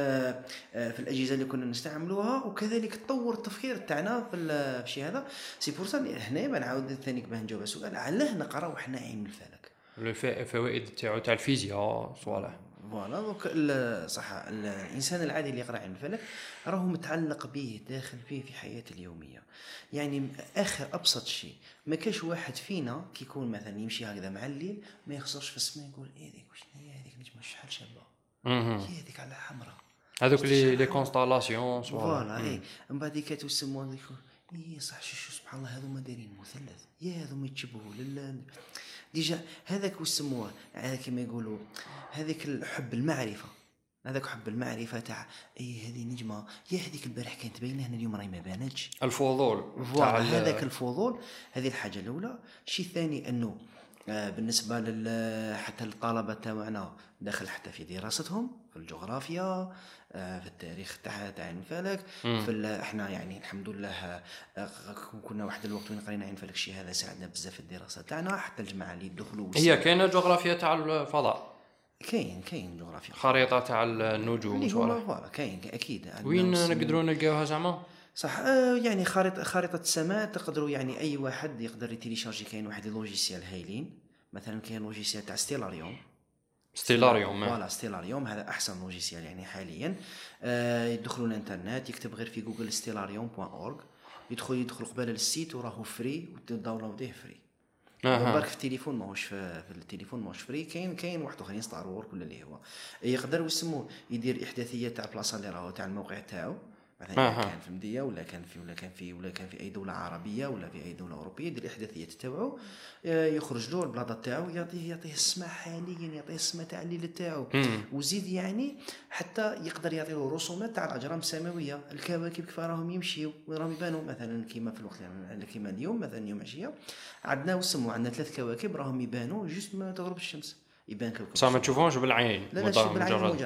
في الاجهزه اللي كنا نستعملوها، وكذلك تطور التفكير تاعنا في الشيء هذا. سي بور سا هنا بنعاود ثاني باه نجاوب السؤال علاه نقراو حنا علم الفلك الفوائد تاعو تاع الفيزياء صوالح. فوالا دونك صح الانسان العادي اللي يقرا علم الفلك راهو متعلق به داخل فيه في حياته اليوميه. يعني اخر ابسط شيء ما كاش واحد فينا كي يكون مثلا يمشي هكذا مع الليل ما يخسرش في السماء يقول ايه ديك واش هي هذيك نجمه شحال شابه هي هذيك على حمراء هذوك لي لي كونستالاسيون فوالا اي من بعد كاتو يسموها اي صح شو سبحان الله هذوما دايرين مثلث يا هذوما يتشبهوا لل ديجا هذاك وسموه هذا كما يقولوا هذيك الحب المعرفه هذاك حب المعرفه تاع اي هذه نجمه يا هذيك البارح كانت باينه هنا اليوم راهي ما بانتش الفضول تاع هذاك الفضول. هذه الحاجه الاولى. شيء ثاني انه آه بالنسبه لل حتى الطلبه تاعنا داخل حتى في دراستهم في الجغرافيا آه في التاريخ تاع تاع الفلك في احنا يعني الحمد لله آه كنا واحد الوقت وين قرينا عن فلك شيء هذا ساعدنا بزاف في الدراسه تاعنا. حتى الجماعه اللي يدخلوا هي كاينه جغرافيا تاع الفضاء كاين كاين جغرافيا خريطه تاع النجوم فوالا كاين اكيد. وين نقدروا نلقاوها زعما صح آه يعني خريطه خريطه السماء تقدروا يعني اي واحد يقدر يتيليشارجي. كاين واحد اللوجيسيال هايلين مثلا كاين لوجيسيال تاع ستيلاريوم ستيلاريوم فوالا ستيلاريوم هذا احسن لوجيسيال يعني حاليا. آه يدخلوا الانترنت يكتب غير في جوجل ستيلاريوم دوت اورغ يدخل يدخل قبل السيت وراه فري وتداونلوديه فري. أه. برك في التليفون ماهوش في, في التليفون ماهوش فري. كاين كاين واحد اخرين ستار وور كل اللي هو يقدر يسموه يدير احداثيات تاع بلاصه اللي راهو تاع الموقع تاعو مثلا أه. كان في المديه ولا كان في ولا كان في ولا كان في اي دوله عربيه ولا في اي دوله اوروبيه يدير الاحداثيات تاعو يخرج له البلاطه تاعو يعطيه يعطيه السماء حاليا يعطيه السماء تاع الليل تاعو وزيد يعني حتى يقدر يعطي له رسومات تاع الاجرام السماويه الكواكب كيف راهم يمشيو وين راهم يبانوا. مثلا كيما في الوقت يعني كيما اليوم مثلا يوم عشيه عندنا وسموا عندنا ثلاث كواكب راهم يبانوا جوست ما تغرب الشمس يبان كوكب صح ما تشوفوهش بالعين لا لا بالعين مجرد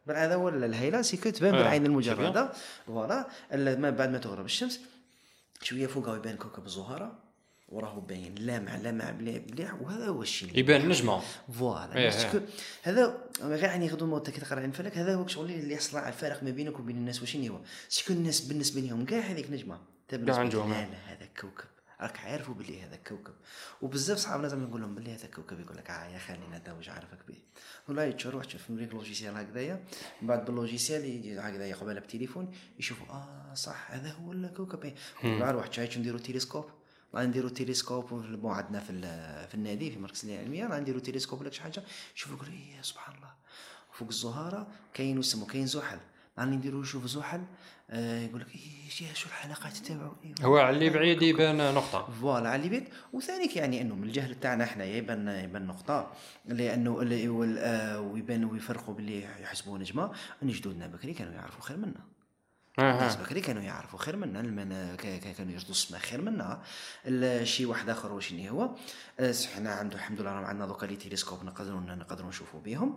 بل هذا هو الهيله سيكو تبان بالعين المجرده. فوالا ما بعد ما تغرب الشمس شويه فوقها يبان كوكب الزهره وراه باين لامع لامع مليح مليح، وهذا هو الشيء يبان نجمه. فوالا إيه. هذا غير يعني غدو ما تقرا عن الفلك، هذا هو شغل اللي يحصل على الفارق ما بينك وبين الناس. واش هو سيكو الناس بالنسبه لهم كاع هذيك نجمه، بالنسبه لهم لا لا هذا كوكب راك عارفوا باللي هذا كوكب. وبزاف صحابنا زعما نقول لهم باللي هذا كوكب، يقول لك اه يا خلينا هذا واش عارفك به. والله تروح تشوف من لوجيسيال هكذايا، من بعد باللوجيسيال يجي هكذايا قبل بالتليفون يشوفوا اه صح هذا هو الكوكب. والله روح تشايش نديروا تيليسكوب، راه نديروا تيليسكوب بون عندنا في في النادي في مركز العلميه راه نديروا تيليسكوب ولا شي حاجه، شوفوا يقول يا سبحان الله فوق الزهره كاين وسمو كاين زحل، راه نديروا نشوف زحل آه يقول لك ايه شو الحلقات تاعو إيه هو على اللي بعيد يبان نقطه. فوالا على اللي بعيد. وثانيك يعني انه من الجهل تاعنا حنايا يبان يبان نقطه، لانه اللي ويبان ويفرقوا باللي يحسبوا نجمه. ان جدودنا بكري كانوا يعرفوا خير منا، الناس بكري كانوا يعرفوا خير منا، المن كانوا يرصدوا السماء خير منا. شيء واحد اخر وشني هو احنا عنده الحمد لله عندنا دوكا لي تيليسكوب نقدروا نقدروا نشوفوا بهم.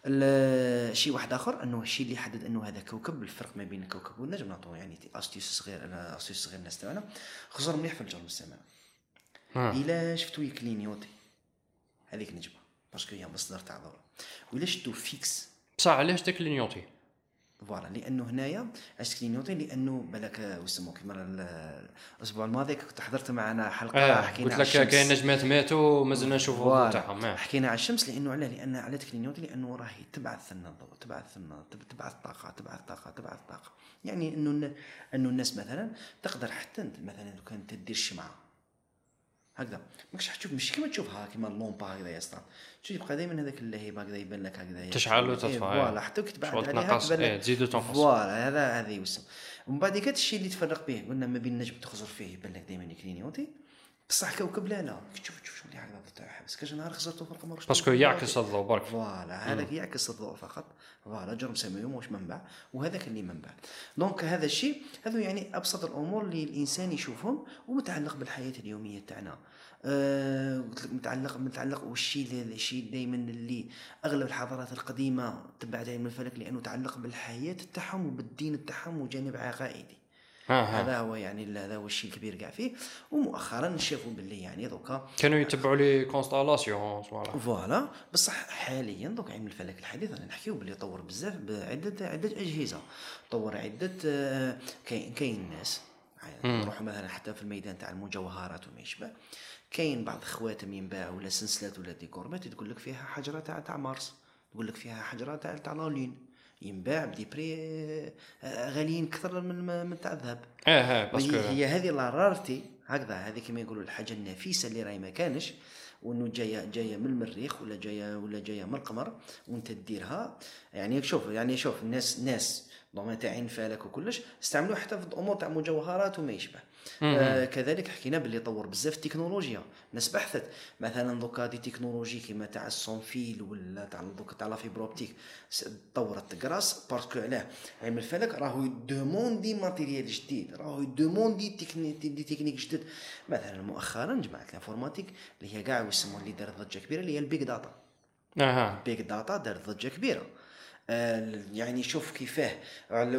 شيء واحد اخر انه الشيء اللي يحدد انه هذا كوكب، الفرق ما بين الكوكب والنجم نعطوه يعني استيوس صغير. انا استيوس صغير الناس تاعنا خزر مليح في الجرم السماء. الا شفتوا يكلينيوتي هذيك نجمه باسكو هي مصدر تاع ضوء، ولا شفتوا فيكس بصح علاش تكلينيوتي؟ فوالا لانه هنايا اش كلينيوتي، لانه بالك وسمو كيما الاسبوع الماضي كنت حضرت معنا حلقه آه. حكينا قلت لك كاين نجمات ماتوا مازلنا نشوفوا تاعهم. حكينا على الشمس لانه علاه لان على كلينيوتي لانه راهي تبعث لنا الضوء، تبعث لنا تبعث طاقه تبعث طاقه تبعث طاقه. يعني انه انه الناس مثلا تقدر حتى مثلا لو كانت تدير الشمعه هكذا ماكش تشوف مش كيما تشوفها كيما اللومبا هكذا يا اسطى، شوف يبقى دائما هذاك اللهيب هكذا يبان لك هكذا تشعل وتطفى. إيه فوالا حتى كي تبعد عليها تبان لك تزيد وتنقص. فوالا هذا هذا يوسم. ومن بعد كات الشيء اللي تفرق به قلنا ما بين النجم تخزر فيه يبان لك دائما كلينيوتي، بصح كوكب لا لا تشوف تشوف شنو اللي هكذا تاع بس كاش نهار خزرته في القمر باسكو يعكس الضوء برك. فوالا هذاك يعكس الضوء فقط. فوالا جرم سماوي مش منبع، وهذاك اللي منبع. دونك هذا الشيء هذا يعني ابسط الامور اللي الانسان يشوفهم ومتعلق بالحياه اليوميه تاعنا. أه قلت لك متعلق متعلق والشيء هذا الشيء دائما اللي اغلب الحضارات القديمه تبعت علم الفلك لانه تعلق بالحياه تاعهم وبالدين تاعهم وجانب عقائدي. هذا هو يعني هذا هو الشيء الكبير كاع فيه. ومؤخرا شافوا باللي يعني دوكا كانوا يتبعوا لي كونستالاسيون فوالا. بصح حاليا دوك علم الفلك الحديث انا نحكيو باللي طور بزاف بعده عده اجهزه، طور عده كاين كاين ناس نروحوا مثلا حتى في الميدان تاع المجوهرات وما يشبه، كاين بعض خواتم ينباع ولا سلسلات ولا ديكورات تقول لك فيها حجره تاع تاع مارس، تقول لك فيها حجره تاع تاع لالين ينباع بدي بري غاليين اكثر من من تاع الذهب. اه باسكو هي هذه لا رارتي هكذا، هذه كما يقولوا الحاجه النفيسه اللي راهي ما كانش، وانه جايه جايه من المريخ ولا جايه ولا جايه من القمر وانت تديرها. يعني شوف يعني شوف الناس ناس ضمان تاع عين فالك وكلش استعملوه حتى في الامور تاع مجوهرات وما يشبه. آه كذلك حكينا باللي طور بزاف التكنولوجيا، ناس بحثت مثلا دوكا دي تكنولوجي كيما تاع السونفيل ولا تاع دوكا تاع لا فيبر اوبتيك طورت كراس باسكو علاه علم الفلك راهو يدوموندي ماتيريال جديد، راهو يدوموندي تكنيك دي تكنيك جديد. مثلا مؤخرا جماعه الانفورماتيك اللي هي كاع يسموا اللي دارت ضجه كبيره اللي هي البيج داتا. اها بيج داتا دارت ضجه كبيره. آه يعني شوف كيفاه على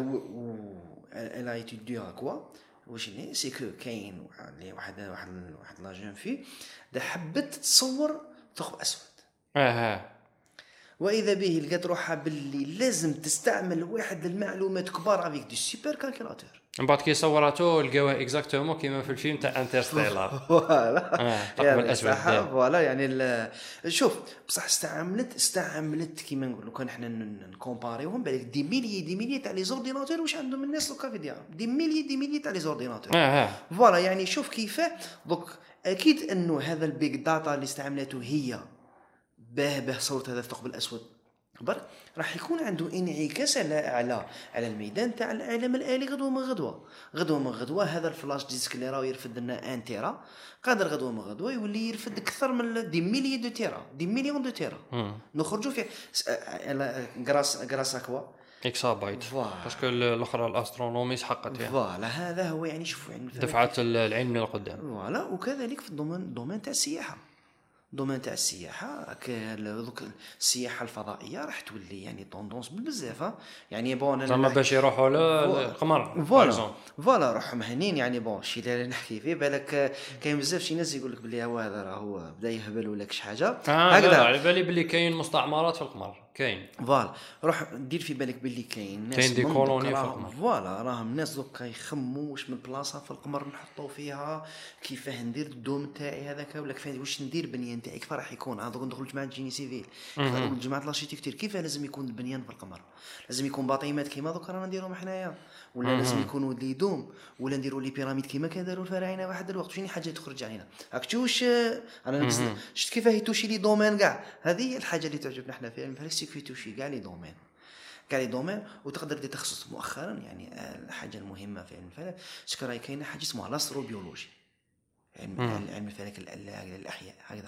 الا ايتيديوها كوا واش ني سي كو كاين اللي واحد واحد واحد لا جون في دا حبت تصور ثقب اسود. اها واذا به لقات روحها باللي لازم تستعمل واحد المعلومات كبار افيك دي سوبر كالكولاتور. من بعد كي صوراتو لقاوها اكزاكتومون كيما في الفيلم تاع انترستيلر. فوالا ثقب الاسود فوالا يعني شوف بصح استعملت استعملت كيما نقولوا كان احنا نكومباريوهم بالك دي ميلي دي ميلي تاع لي زورديناتور واش عندهم الناس لوكا في ديالهم دي ميلي دي ميلي تاع لي زورديناتور. فوالا يعني شوف كيفاه دوك اكيد انه هذا البيج داتا اللي استعملته هي باه باه صورت هذا الثقب الاسود برك راح يكون عنده انعكاس على على على الميدان تاع العالم الالي غدوه من غدوه غدوه من غدوه. هذا الفلاش ديسك اللي راهو يرفد لنا ان تيرا قادر غدوه من غدوه يولي يرفد اكثر من دي ميليون دو تيرا دي مليون دو تيرا. نخرجوا في غراس غراس اكوا اكسا بايت باسكو الاخرى الاسترونومي سحقت فيها. فوالا هذا هو يعني شوفوا يعني دفعت العلم للقدام. فوالا وكذلك في الضمان الضمان تاع السياحه دومين تاع السياحه دوك السياحه الفضائيه راح تولي يعني طوندونس بزاف يعني بون زعما باش يروحوا للقمر فوالا فوالا روحهم هنين يعني بون شي اللي نحكي فيه بالك كاين بزاف شي ناس يقول لك بلي هو هذا راهو بدا يهبل ولا كش حاجه هكذا على بالي بلي كاين مستعمرات في القمر كاين فوالا روح دير في بالك بلي كاين ناس كاين دي كولوني في القمر فوالا راهم ناس دوكا يخموا واش من بلاصه في القمر نحطوا فيها كيفاه ندير الدوم تاعي هذاك ولا كيفاه واش ندير بنيان تاعي كيف راح يكون هذوك ندخل جماعه جيني سيفيل ندخل جماعه لاشيتيكتور كيفاه لازم يكون البنيان في القمر لازم يكون باطيمات كيما دوكا رانا نديروهم حنايا ولا لازم يكونوا لي دوم ولا نديروا لي بيراميد كيما كان داروا الفراعنه واحد الوقت شنو حاجه تخرج علينا راك تشوف انا شفت كيفاه يتوشي لي دومين كاع هذه هي الحاجه اللي تعجبنا احنا فيها الفلسفه في توشي كاع لي دومين كاع لي دومين وتقدر دير تخصص مؤخرا يعني الحاجه المهمه في علم الفلك شكون راهي كاينه حاجه اسمها لاستروبيولوجي علم علم الفلك الاحياء هكذا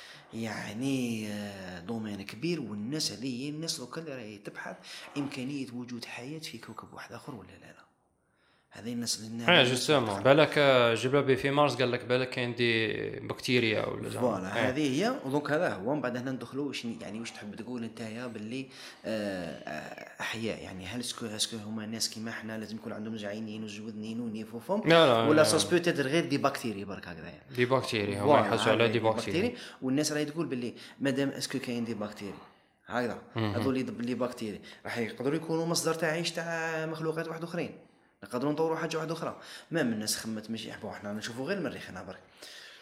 يعني دومين كبير والناس هذه الناس لو اللي راهي تبحث امكانيه وجود حياه في كوكب واحد اخر ولا لا لا هذه الناس اللي جوستومون بالك جبابي في مارس قال لك بالك كاين دي بكتيريا ولا زعما فوالا هذه هي ودونك هذا هو من بعد هنا ندخلوا واش يعني واش تحب تقول نتايا باللي احياء يعني هل اسكو اسكو هما ناس كيما احنا لازم يكون عندهم زعينين وجودنين ونيفوفهم ولا سوس بوتيتر غير دي بكتيري برك هكذا يعني دي بكتيري هما يحسوا على دي بكتيري والناس راهي تقول باللي مادام اسكو كاين دي بكتيري هكذا هذول اللي بكتيري راح يقدروا يكونوا مصدر تاع عيش تاع مخلوقات واحد اخرين نقدروا نطوروا حاجه واحده اخرى ما من الناس خمت ماشي يحبوا احنا نشوفوا غير المريخ هنا برك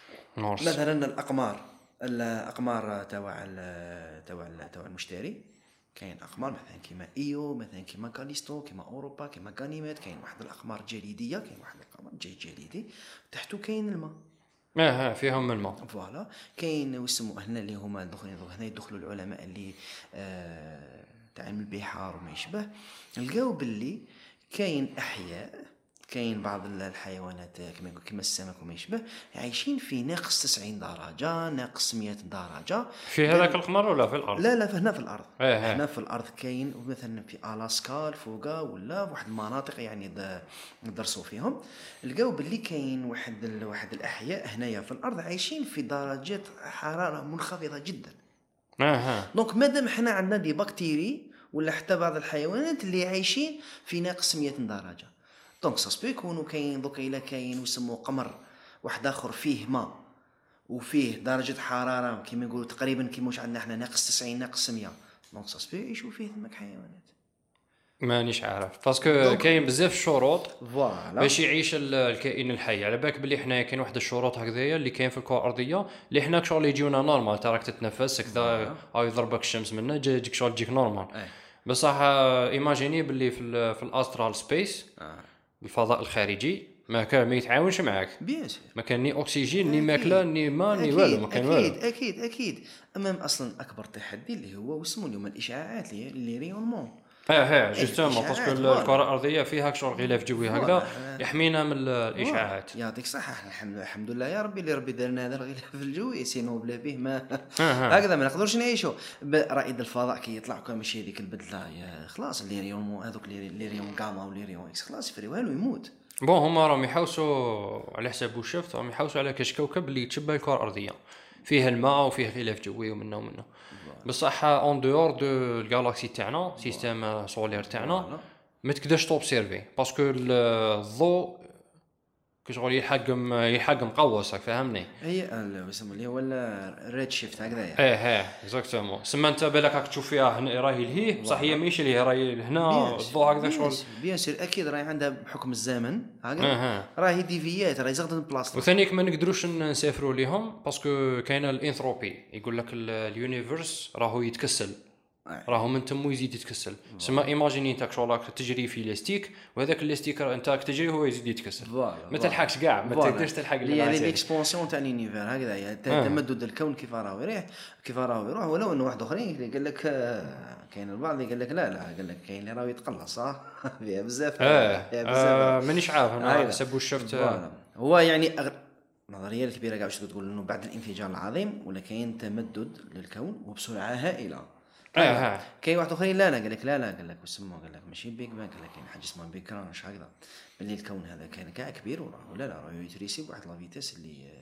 مثلا الاقمار الاقمار تاع تاع تاع المشتري كاين اقمار مثلا كيما ايو مثلا كيما كاليستو كيما اوروبا كيما غانيميد كاين واحد الاقمار جليديه كاين واحد القمر جاي جليدي تحته كاين الماء اه فيهم الماء فوالا كاين ويسموا هنا اللي هما دخلوا هنا يدخلوا العلماء اللي آه تاع علم البحار وما يشبه لقاو باللي كاين احياء كاين بعض الحيوانات كما نقول كما السمك وما يشبه عايشين في ناقص تسعين درجه ناقص مئة درجه في هذاك القمر ولا في الارض لا لا هنا في الارض ايه هنا في الارض كاين مثلا في الاسكا الفوقا ولا واحد المناطق يعني درسوا فيهم لقاو باللي كاين واحد واحد الاحياء هنايا في الارض عايشين في درجات حراره منخفضه جدا اها دونك مادام حنا عندنا دي بكتيري ولا حتى بعض الحيوانات اللي عايشين في ناقص مئة درجه دونك ساسبو يكونوا كاين دوكا الا كاين ويسموه قمر واحد اخر فيه ماء وفيه درجه حراره كيما نقولوا تقريبا كيما واش عندنا احنا ناقص تسعين ناقص مئة دونك ساسبو يعيشوا فيه ثمك حيوانات مانيش عارف باسكو كاين بزاف الشروط فوالا باش يعيش الكائن الحي على بالك بلي حنايا كاين واحد الشروط هكذايا اللي كاين في الكره الارضيه اللي حنا شغل يجيونا نورمال تراك تتنفس كذا او يضربك الشمس منا تجيك شغل تجيك نورمال بصح ايماجيني باللي في في الاسترال سبيس الفضاء الخارجي ما كان ما يتعاونش معاك بيان سور ما كان ني اكسجين ني ماكله ني ماء ني والو ما كان والو اكيد اكيد اكيد امام اصلا اكبر تحدي اللي هو واسمو اليوم الاشعاعات اللي اللي ريونمون ها ها جوستومون باسكو الكره الارضيه فيها شغل غلاف جوي هكذا يحمينا من الاشعاعات يعطيك الصحه الحمد الحمد لله يا ربي اللي ربي دارنا هذا الغلاف الجوي سينو بلا به ما هكذا ما نقدرش نعيشوا رائد الفضاء كي يطلع كان ماشي هذيك البدله يا خلاص اللي ريون هذوك اللي ريون غاما واللي ريون اكس خلاص يفريوها له يموت بون هما راهم يحوسوا على حساب وشفت راهم يحوسوا على كاش كوكب اللي يتشبه الكره الارضيه فيه الماء وفيه غلاف جوي ومنه ومنه بصح اون دور دو الجالاكسي تاعنا سيستم سولير تاعنا ما تقدرش توبسيرفي باسكو الضوء كشغل يحجم يحجم قوس فهمني هي يسمى اللي هو الريد شيفت هكذا ايه ايه اكزاكتومون سما انت بالك راك تشوف فيها هنا راهي لهيه بصح هي ماشي لهيه راهي هنا الضوء هكذا شغل بيان سير اكيد راهي عندها بحكم الزمن هكذا راهي ديفيات راهي زغد البلاصه وثانيك ما نقدروش نسافروا ليهم باسكو كاينه الانثروبي يقول لك اليونيفرس راهو يتكسل راهو من تمو يزيد يتكسل سما ايماجيني انت شغلك تجري في لاستيك وهذاك اللاستيك انت تجري هو يزيد يتكسل ما تلحقش كاع ما تقدرش تلحق لي هذه ليكسبونسيون تاع لونيفير هكذا يعني تمدد الكون كيف راهو يريح كيف راهو يروح ولو انه واحد اخرين قال لك كاين البعض اللي قال لك لا لا قال لك كاين اللي راهو يتقلص ها فيها بزاف فيها بزاف مانيش عارف انا حسب شفت هو يعني أغ... نظريه الكبيره كاع واش تقول انه بعد الانفجار العظيم ولا كاين تمدد للكون وبسرعه هائله اه كاين واحد اخرين لا لا قال لك لا لا قال لك وسموه قال لك ماشي بيج بانك قال لك كاين حاجه اسمها بيج كرانش هكذا باللي الكون هذا كان كاع كبير وراه لا لا راه يتريسي بواحد لا فيتاس اللي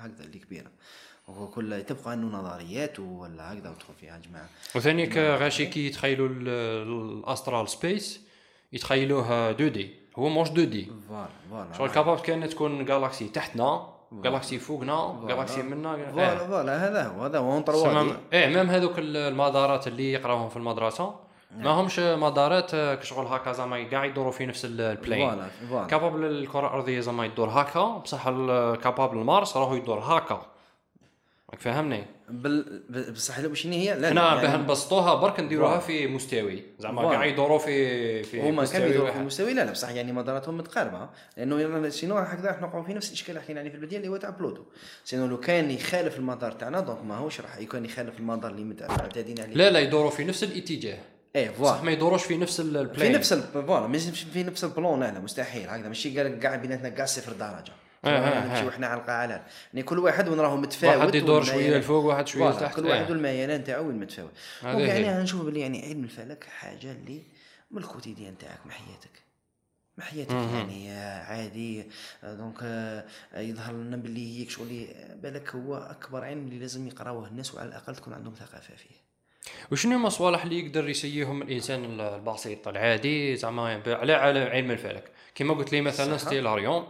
هكذا اللي كبيره، وكل تبقى انه نظريات ولا هكذا وتدخل فيها جماعه. وثاني غاشي كي يتخيلوا الاسترال سبيس يتخيلوه دو دي، هو موش دو دي. فوالا فوالا شغل كاباب كانت تكون جالاكسي تحتنا، جالاكسي فوقنا، جالاكسي منا. فوالا فوالا هذا هو هذا هو طروادي. ايه ميم هذوك المدارات اللي يقراوهم في المدرسه ما همش مدارات كشغل هكا زعما كاع يدوروا في نفس البلين. فوالا فوالا كابابل الكره الارضيه زعما يدور هكا، بصح كابابل المارس راهو يدور هكا. راك فاهمني؟ بال بصح واش هي لا حنا باه نبسطوها برك نديروها في مستوي زعما كاع يدوروا في في هما كانوا يدوروا في مستوي. لا لا بصح يعني مداراتهم متقاربه، لانه سينو هكذا راح نوقعوا في نفس الاشكال اللي حكينا عليه في البدايه اللي هو تاع بلوتو. سينو لو كان يخالف المدار تاعنا دونك ماهوش راح يكون يخالف المدار اللي معتادين عليه. لا لا يدوروا في نفس الاتجاه. ايه فوالا صح ما يدوروش في نفس البلان، في نفس فوالا ماشي في نفس البلون. لا لا مستحيل هكذا، ماشي قال كاع بيناتنا كاع صفر درجه. نمشيو احنا على القاعات، يعني كل واحد وين راهو متفاوت، واحد يدور شويه الفوق واحد شويه تحت، كل واحد والميلان تاعو المتفاوت. يعني نشوف بلي يعني علم الفلك حاجه اللي من الكوتيديان تاعك مع حياتك مع حياتك يعني عادي. دونك يظهر لنا باللي هيك شغل بالك هو اكبر علم اللي لازم يقراوه الناس، وعلى الاقل تكون عندهم ثقافه فيه. وشنو المصالح اللي يقدر يسيهم الانسان البسيط العادي زعما على علم الفلك؟ كما قلت لي مثلا ستيلاريون،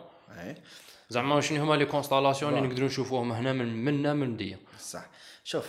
زعما شنو هما لي كونستالاسيون اللي نقدروا نشوفوهم هنا من منا من دي. صح. شوف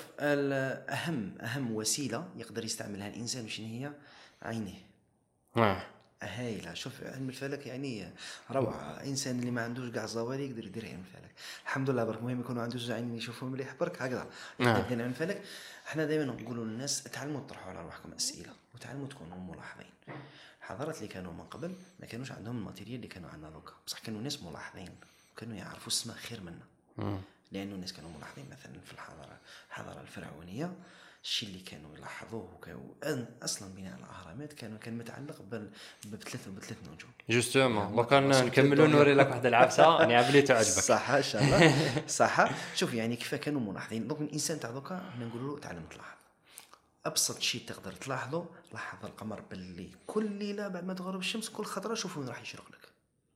اهم اهم وسيله يقدر يستعملها الانسان شنو هي؟ عينيه. اه هايله. شوف علم الفلك يعني روعه. انسان اللي ما عندوش كاع زواري يقدر يدير علم الفلك الحمد لله برك. المهم يكونوا عنده زوج عينين يشوفوا مليح برك هكذا يقدر يدير علم الفلك. احنا دائما نقولوا للناس تعلموا تطرحوا على روحكم اسئله وتعلموا تكونوا ملاحظين. الحضارات اللي كانوا من قبل ما كانوش عندهم الماتيريال اللي كانوا عندنا دوكا، بصح كانوا ناس ملاحظين وكانوا يعرفوا السماء خير منا. لانه الناس كانوا ملاحظين. مثلا في الحضاره الحضاره الفرعونيه الشيء اللي كانوا يلاحظوه وكانوا اصلا بناء الاهرامات كانوا كان متعلق بثلاث بثلاث نجوم. جوستومون لو كان نكملوا نوري لك واحد العبسه يعني عبلي تعجبك. صح ان شاء الله. صح. شوف يعني كيف كانوا ملاحظين. دونك الانسان تاع دوكا نقولوا له تعلم تلاحظ. ابسط شيء تقدر تلاحظه، لاحظ القمر بالليل كل ليله بعد ما تغرب الشمس كل خطره شوفوا وين راح يشرق لك.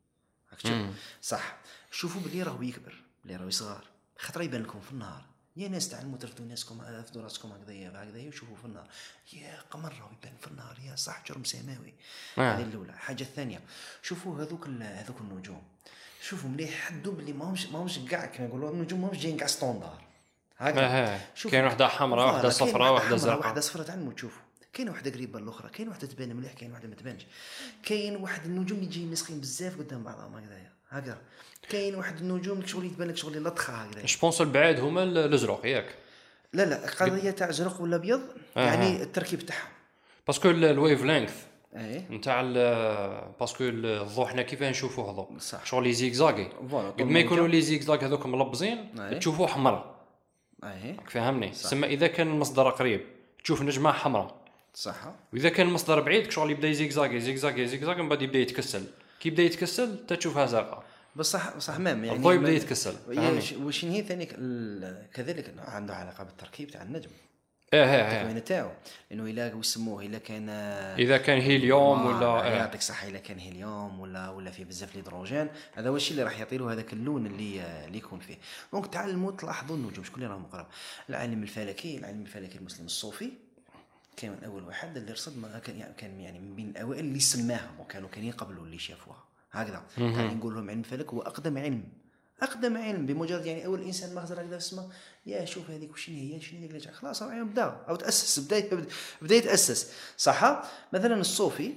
صح. شوفوا باللي راهو يكبر باللي راهو يصغر، خطره يبان لكم في النهار. يا ناس تعلموا ترفدوا ناسكم ترفدوا راسكم هكذايا هكذايا وشوفوا في النهار. يا قمر راهو يبان في النهار، يا صح جرم سماوي. هذه الاولى. حاجه الثانيه شوفوا هذوك هذوك النجوم، شوفوا مليح حدوا باللي ماهمش ماهمش كاع كما يقولوا النجوم ماهمش جايين كاع ستوندار هكذا. كاين وحده حمراء وحده صفراء وحده زرقاء. وحده صفراء تعلموا تشوفوا. كاين وحده قريبه الاخرى، كاين وحده تبان مليح، كاين وحده ما تبانش. كاين واحد النجوم اللي جايين نسخين بزاف قدام بعضهم هكذايا هكذا. كاين واحد النجوم شغل يتبان لك شغل لطخه هكذا. جوبونس البعاد هما الازرق ياك. لا لا قضيه تاع ازرق ولا ابيض يعني التركيب تاعهم باسكو الويف لينث اي نتاع باسكو الضوء حنا كيف نشوفوه الضوء شغل لي زيغزاغي قد ما يكونوا لي زيغزاغ هذوك ملبزين تشوفوه حمر. اي فهمني. سما اذا كان المصدر قريب تشوف نجمه حمراء صح، واذا كان المصدر بعيد شغل يبدا يزيغزاغي زيغزاغي زيغزاغ من بعد يبدا يتكسل. كي يبدا يتكسل تشوفها زرقاء بصح بصح مام يعني الضوء يبدا يتكسل. واش هي ثاني كذلك عنده علاقه بالتركيب تاع النجم. اه اه التكوين تاعو لانه الا ويسموه الا كان اذا كان هيليوم ولا آه يعطيك صح الا كان هيليوم ولا ولا فيه بزاف الهيدروجين هذا هو الشيء اللي راح يعطي له هذاك اللون اللي اللي يكون فيه. دونك تعلموا تلاحظوا النجوم شكون اللي راهم مقرب. العالم الفلكي العالم الفلكي المسلم الصوفي كان اول واحد اللي رصد ما كان يعني كان يعني من بين الاوائل اللي سماها وكانوا كانوا قبلوا اللي شافوها هكذا. كان نقول لهم علم الفلك هو اقدم علم اقدم علم بمجرد يعني اول انسان ما خزر هكذا اسمه يا شوف هذيك وشنو هي شنو هذيك خلاص راه بدا او تاسس بدا بدا يتاسس صح. مثلا الصوفي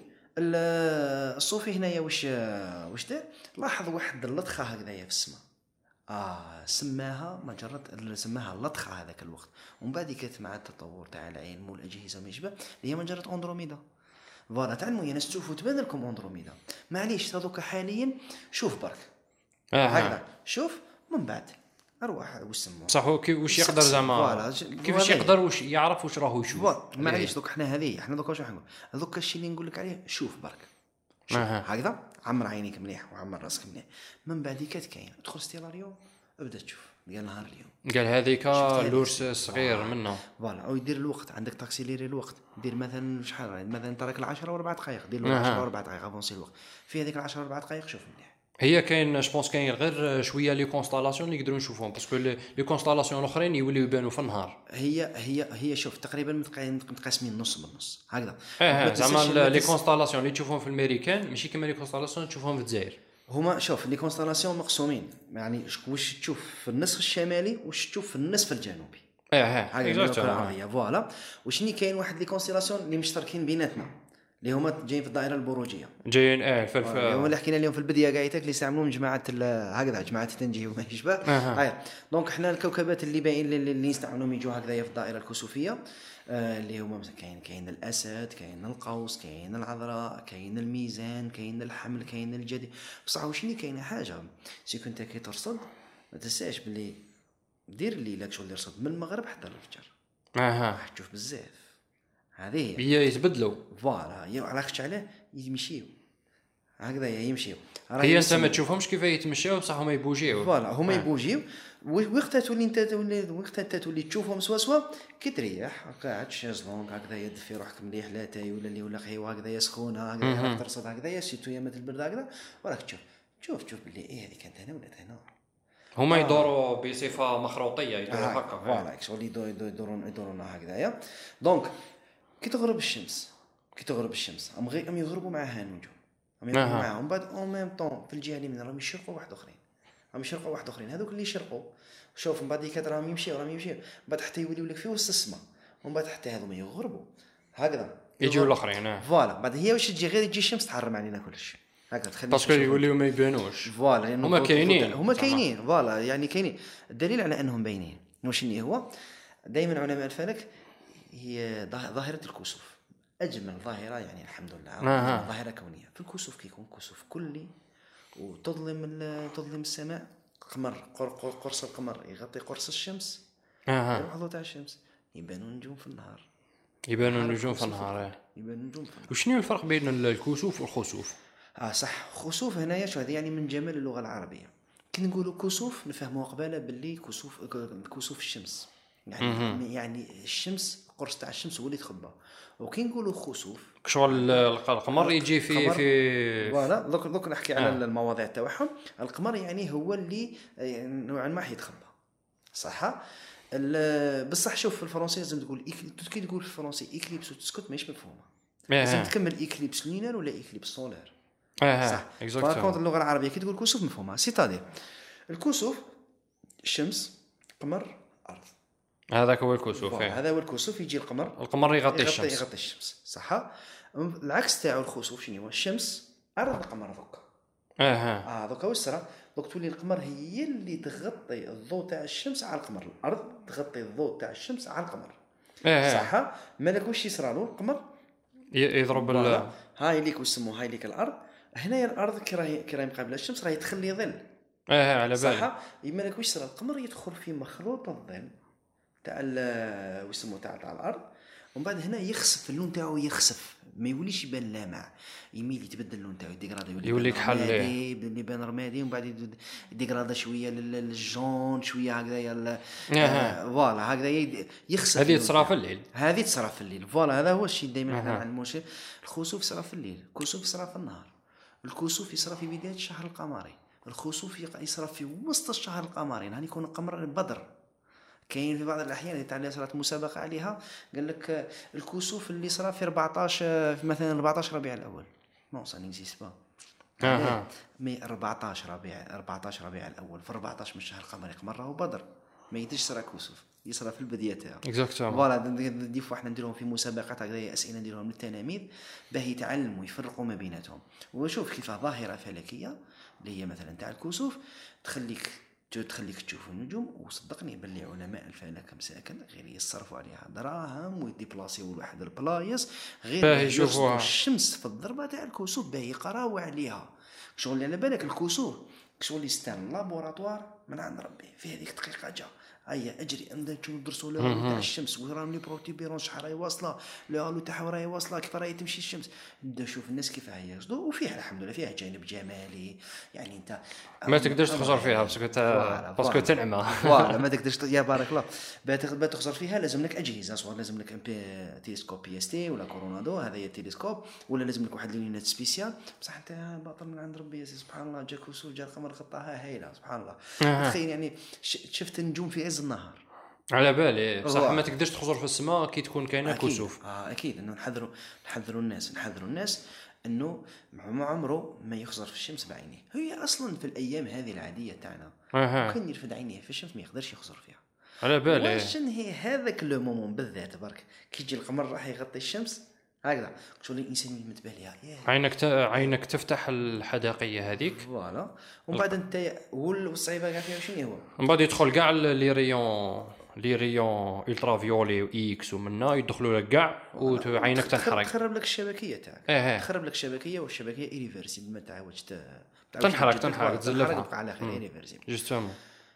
الصوفي هنايا واش واش دار لاحظ واحد اللطخه هكذايا في السماء اه سماها مجرد سماها اللطخه هذاك الوقت. ومن بعد كانت مع التطور تاع العلم والاجهزه وما يشبه اللي هي مجرد اندروميدا. فوالا تعلموا يا ناس تشوفوا تبان لكم اندروميدا معليش هذوك حاليا شوف برك هكذا آه شوف من بعد اروح واش سموه صح واش يقدر زعما كيفاش يقدر واش يعرف واش راهو يشوف. معليش دوك حنا هذه احنا دوك واش نقول هذوك الشيء اللي نقول لك عليه شوف برك شوف آه. هكذا عمر عينيك مليح وعمر راسك مليح. من بعد كات كاين ادخل ستيلاريو ابدا تشوف قال نهار اليوم قال هذيك لورس صغير منه فوالا او يدير الوقت عندك تاكسيليري الوقت دير مثلا شحال مثلا تراك العشرة وربع دقائق دير له عشرة وربع دقائق افونسي الوقت في هذيك العشرة وربع دقائق شوف مليح هي كاين جو بونس كاين غير شويه لي كونستالاسيون اللي يقدروا نشوفوهم باسكو لي كونستالاسيون الاخرين يوليو يبانوا في النهار. هي هي هي شوف تقريبا متقاسمين نص بالنص هكذا. اه زعما لي كونستالاسيون اللي تشوفهم في الامريكان ماشي كما لي كونستالاسيون تشوفهم في الجزائر. هما شوف لي كونستالاسيون مقسومين، يعني واش تشوف في النصف الشمالي واش تشوف في النصف الجنوبي. اه اه هكذا فوالا. وشني كاين واحد لي كونستالاسيون اللي مشتركين بيناتنا اللي هما جايين في الدائره البروجيه جايين اه في هما اللي حكينا اليوم في البدايه قايتك اللي يستعملوا من جماعه هكذا جماعه التنجيه وما يشبه. هاي دونك حنا الكوكبات اللي باين اللي يستعملوا يجوا هكذايا في الدائره الكسوفيه آه اللي هما مثلا كاين كاين الاسد، كاين القوس، كاين العذراء، كاين الميزان، كاين الحمل، كاين الجدي. بصح وشني كاينه حاجه سي كنت كي ترصد ما تنساش باللي دير الليل شغل يرصد من المغرب حتى الفجر. اها راح تشوف بزاف. هذه هي يتبدلوا فوالا على خش عليه يمشيو هكذا يمشيو. هي انت ما تشوفهمش كيف يتمشاو بصح هما يبوجيو فوالا هما يبوجيو. وقتها تولي انت تولي وقتها انت تولي تشوفهم سوا سوا كي تريح قاعد شازلونغ هكذا يدفي روحك مليح لا تاي ولا اللي ولا قهوه هكذا سخونه هكذا راك ترصد هكذا سيتو يامات البرد هكذا وراك تشوف تشوف تشوف باللي ايه هذه كانت هنا ولا هنا. هما يدوروا آه. بصفه مخروطيه يدوروا آه. هكا فوالا شغل يدورون يدورون هكذايا. دونك كي تغرب الشمس كي تغرب الشمس ام غير ام يغربوا معها النجوم ام يغربوا آه. معاهم بعد اون ميم طون في الجهه اليمين راهم يشرقوا واحد اخرين راهم يشرقوا واحد اخرين هذوك اللي يشرقوا شوف من بعد كي راهم يمشيو راهم يمشيو بعد حتى يوليو لك في وسط السماء ومن بعد حتى هذوما يغربوا هكذا يجيو الاخرين. فوالا بعد هي واش تجي غير تجي الشمس تحرم علينا كلشي هكذا تخلي باسكو يوليو ما يبانوش. فوالا هما كاينين هما كاينين فوالا يعني كاينين. الدليل على انهم باينين واش اللي هو دائما علماء الفلك هي ظاهره الكسوف اجمل ظاهره يعني الحمد لله آه. ظاهره كونيه. في الكسوف كيكون كسوف كلي وتظلم تظلم السماء قمر قرص القمر يغطي قرص الشمس اها يروح ضوء تاع الشمس يبانوا النجوم في النهار يبانوا النجوم في النهار يبانوا النجوم في النهار. وشنو الفرق بين الكسوف والخسوف؟ اه صح خسوف هنايا شو هذه يعني من جمال اللغه العربيه. كي نقولوا كسوف نفهموا قباله باللي كسوف كسوف الشمس يعني م- يعني الشمس قرص تاع الشمس هو اللي تخبى. وكي نقولوا خسوف شغل القمر يجي في في فوالا دوك دوك نحكي على آه. المواضيع تاعهم. القمر يعني هو اللي نوعا ما يتخبى صح. بصح شوف في الفرنسي لازم تقول كي تقول في الفرنسي اكليبس وتسكت ماهيش مفهومه. لازم تكمل اكليبس لونار ولا اكليبس سولار. اه صح اكزاكتومون. اللغه العربيه كي تقول كسوف مفهومه سيتادير الكسوف الشمس قمر ارض هذاك هو الكسوف. هذا هو الكسوف يجي القمر القمر يغطي الشمس يغطي الشمس صح. العكس تاعو الخسوف شنو هو الشمس ارض القمر دوك اها اه دوك واش صرا دوك تولي القمر هي اللي تغطي الضوء تاع الشمس على القمر الارض تغطي الضوء تاع الشمس على القمر صح. مالك واش يصرى له القمر يضرب هاي ليك وسموه هاي ليك الارض هنا الارض كي راهي كي راهي مقابله الشمس راهي تخلي ظل اه على بالي صح. يمالك واش صرا القمر يدخل في مخلوط الظل تاع واش يسموه تاع تاع الارض ومن بعد هنا يخسف اللون تاعو يخسف ما يوليش يبان لامع يميل يتبدل اللون تاعو يديغرادا يولي كحل يبان رمادي ومن بعد يديغرادا شويه للجون شويه هكذايا فوالا هكذا يخسف. هذه تصرا في الليل هذه تصرا في الليل فوالا. هذا هو الشيء دائما احنا نعلموه. الخسوف يصرا في الليل الكسوف يصرا في النهار. الكسوف يصرا في بدايه الشهر القمري الخسوف يصرا في وسط الشهر القمري يعني يكون القمر بدر. كاين في بعض الاحيان تاع اللي صارت مسابقه عليها قال لك الكسوف اللي صرا في أربعطاش مثلا أربعطاش ربيع الاول نو سا نيكزيست با اها مي أربعطاش ربيع أربعطاش ربيع الاول في أربعطاش من الشهر القمري قمر راهو بدر ما يديش صرا كسوف يصرا في البدايه تاعو اكزاكتومون. فوالا ديفوا احنا نديرهم في مسابقات هكذا اسئله نديرهم للتلاميذ باه يتعلموا يفرقوا ما بيناتهم. وشوف كيف ظاهره فلكيه اللي هي مثلا تاع الكسوف تخليك تخليك تشوف النجوم. وصدقني باللي علماء الفلك مساكن غير يصرفوا عليها دراهم ويديبلاسيو لواحد البلايص غير باه يشوفوا الشمس في الضربه تاع الكسوف باه يقراو عليها. شغل على بالك الكسوف شغل يستعمل لابوراتوار من عند ربي في هذيك الدقيقه جا هيا اجري عندنا نشوف ندرسوا له تاع الشمس وراهم لي بروتيبيرون شحال راهي واصله لا لو تاعها راهي واصله كيف راهي تمشي الشمس. نبدا نشوف الناس كيف هي يقصدوا وفيها الحمد لله فيها جانب جمالي يعني انت ما تقدرش تخسر فيها باسكو تا باسكو تنعمه فوالا ما تقدرش يا بارك الله باش تخسر فيها لازم لك اجهزه سواء لازم لك ام بي تيليسكوب بي اس تي ولا كورونادو هذا هي التلسكوب ولا لازم لك واحد لينيات سبيسيال بصح انت باطل من عند ربي سبحان الله جاك وسول جا القمر خطاها هايله سبحان الله. تخيل يعني شفت النجوم في عز النهار على بالي بصح ما تقدرش تخزر في السماء كي تكون كاينه كسوف. اه اكيد انه نحذروا نحذروا الناس نحذروا الناس انه ما عمره ما يخزر في الشمس بعينيه. هي اصلا في الايام هذه العاديه تاعنا كان يرفد عينيه في الشمس ما يقدرش يخزر فيها على بالي. واش هي هذاك لو مومون بالذات برك كي يجي القمر راح يغطي الشمس هكذا شغل الانسان يمت بالها عينك ت... عينك تفتح الحداقيه هذيك فوالا ومن بعد انت والصعيبه كاع فيها شنو هو من بعد يدخل كاع لي ريون لي ريون الترا فيولي واكس ومنا يدخلوا لك كاع وعينك تنحرق تخرب لك الشبكيه تاعك اه تخرب لك الشبكيه والشبكيه ايريفيرسيبل ما تعاودش تنحرق تنحرق تزلفها تبقى على خير ايريفيرسيبل جوستومون.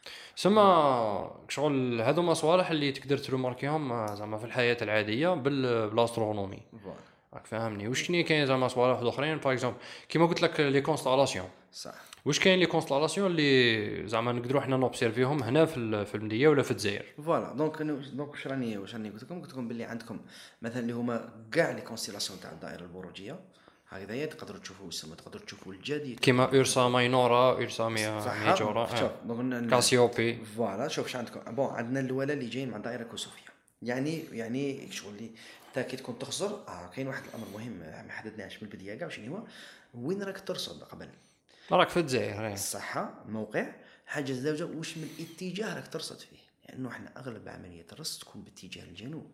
سما شغل هذو مصالح اللي تقدر تروماركيهم زعما في الحياه العاديه بالاسترونومي راك فاهمني. واش كاين كاين زعما صوالح اخرين باغ اكزومبل كيما قلت لك لي كونستالاسيون صح. واش كاين لي كونستالاسيون اللي زعما نقدروا حنا نوبسيرفيهم هنا في في المديه ولا في الجزائر. فوالا دونك دونك واش راني واش راني قلت لكم قلت لكم باللي عندكم مثلا اللي هما كاع لي كونستالاسيون تاع الدائره البروجيه هكذايا تقدروا تشوفوا السما تقدروا تشوفوا الجدي كيما اورسا ماينورا اورسا ميجورا آه. كاسيوبي. فوالا شوف اش عندكم بون عندنا الاولى اللي جايين مع الدائره الكسوفيه يعني يعني شغل اللي تا كي تكون تخزر اه كاين واحد الامر مهم ما حددناش من البدايه كاع شنو هو وين راك ترصد قبل راك في الجزائر الصحه موقع حاجه زوجه واش من اتجاه راك ترصد فيه لانه يعني احنا اغلب عمليه الرصد تكون باتجاه الجنوب.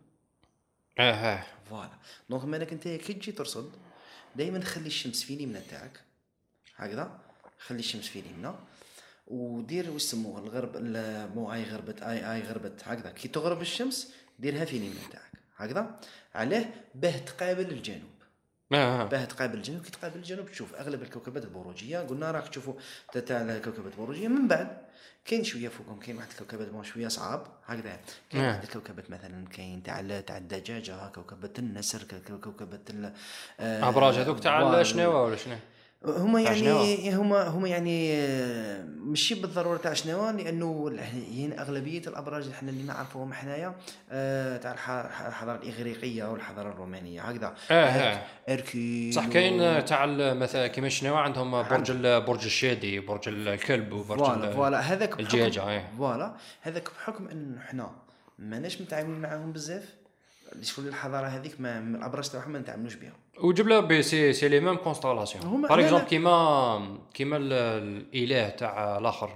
اه فوالا دونك مالك انت كي تجي ترصد دائما خلي الشمس في اليمنى تاعك هكذا خلي الشمس في اليمنى ودير واش يسموه الغرب مو اي غربت اي اي غربت هكذا كي تغرب الشمس ديرها في اليمنى تاعك هكذا عليه باه تقابل الجنوب. آه. باه تقابل الجنوب كي تقابل الجنوب تشوف اغلب الكوكبات البروجيه قلنا راك تشوفوا تاع الكوكبات البروجيه من بعد كاين شويه فوقهم كاين واحد الكوكبات بون شويه صعاب هكذا كاين واحد الكوكبات مثلا كاين تاع تاع الدجاجه كوكبه النسر كوكبه ابراج هذوك تاع الشناوه ولا شنو هما يعني هما هما يعني ماشي بالضروره تاع شناوه لانه يعني اغلبيه الابراج اللي حنا اللي نعرفوهم حنايا تاع الحضاره الاغريقيه والحضاره الرومانيه هكذا اه اركي صح. كاين تاع مثلا كيما شناوه عندهم برج برج الشادي برج الكلب وبرج فوالا فوالا هذاك الدجاجه فوالا هذاك بحكم ان حنا ماناش متعاملين معاهم بزاف شغل الحضاره هذيك ما الابراج تاعهم ما نتعاملوش بها وجبنا بي سي سي لي ميم كونستالاسيون باغ اكزومبل كيما كيما الاله تاع الاخر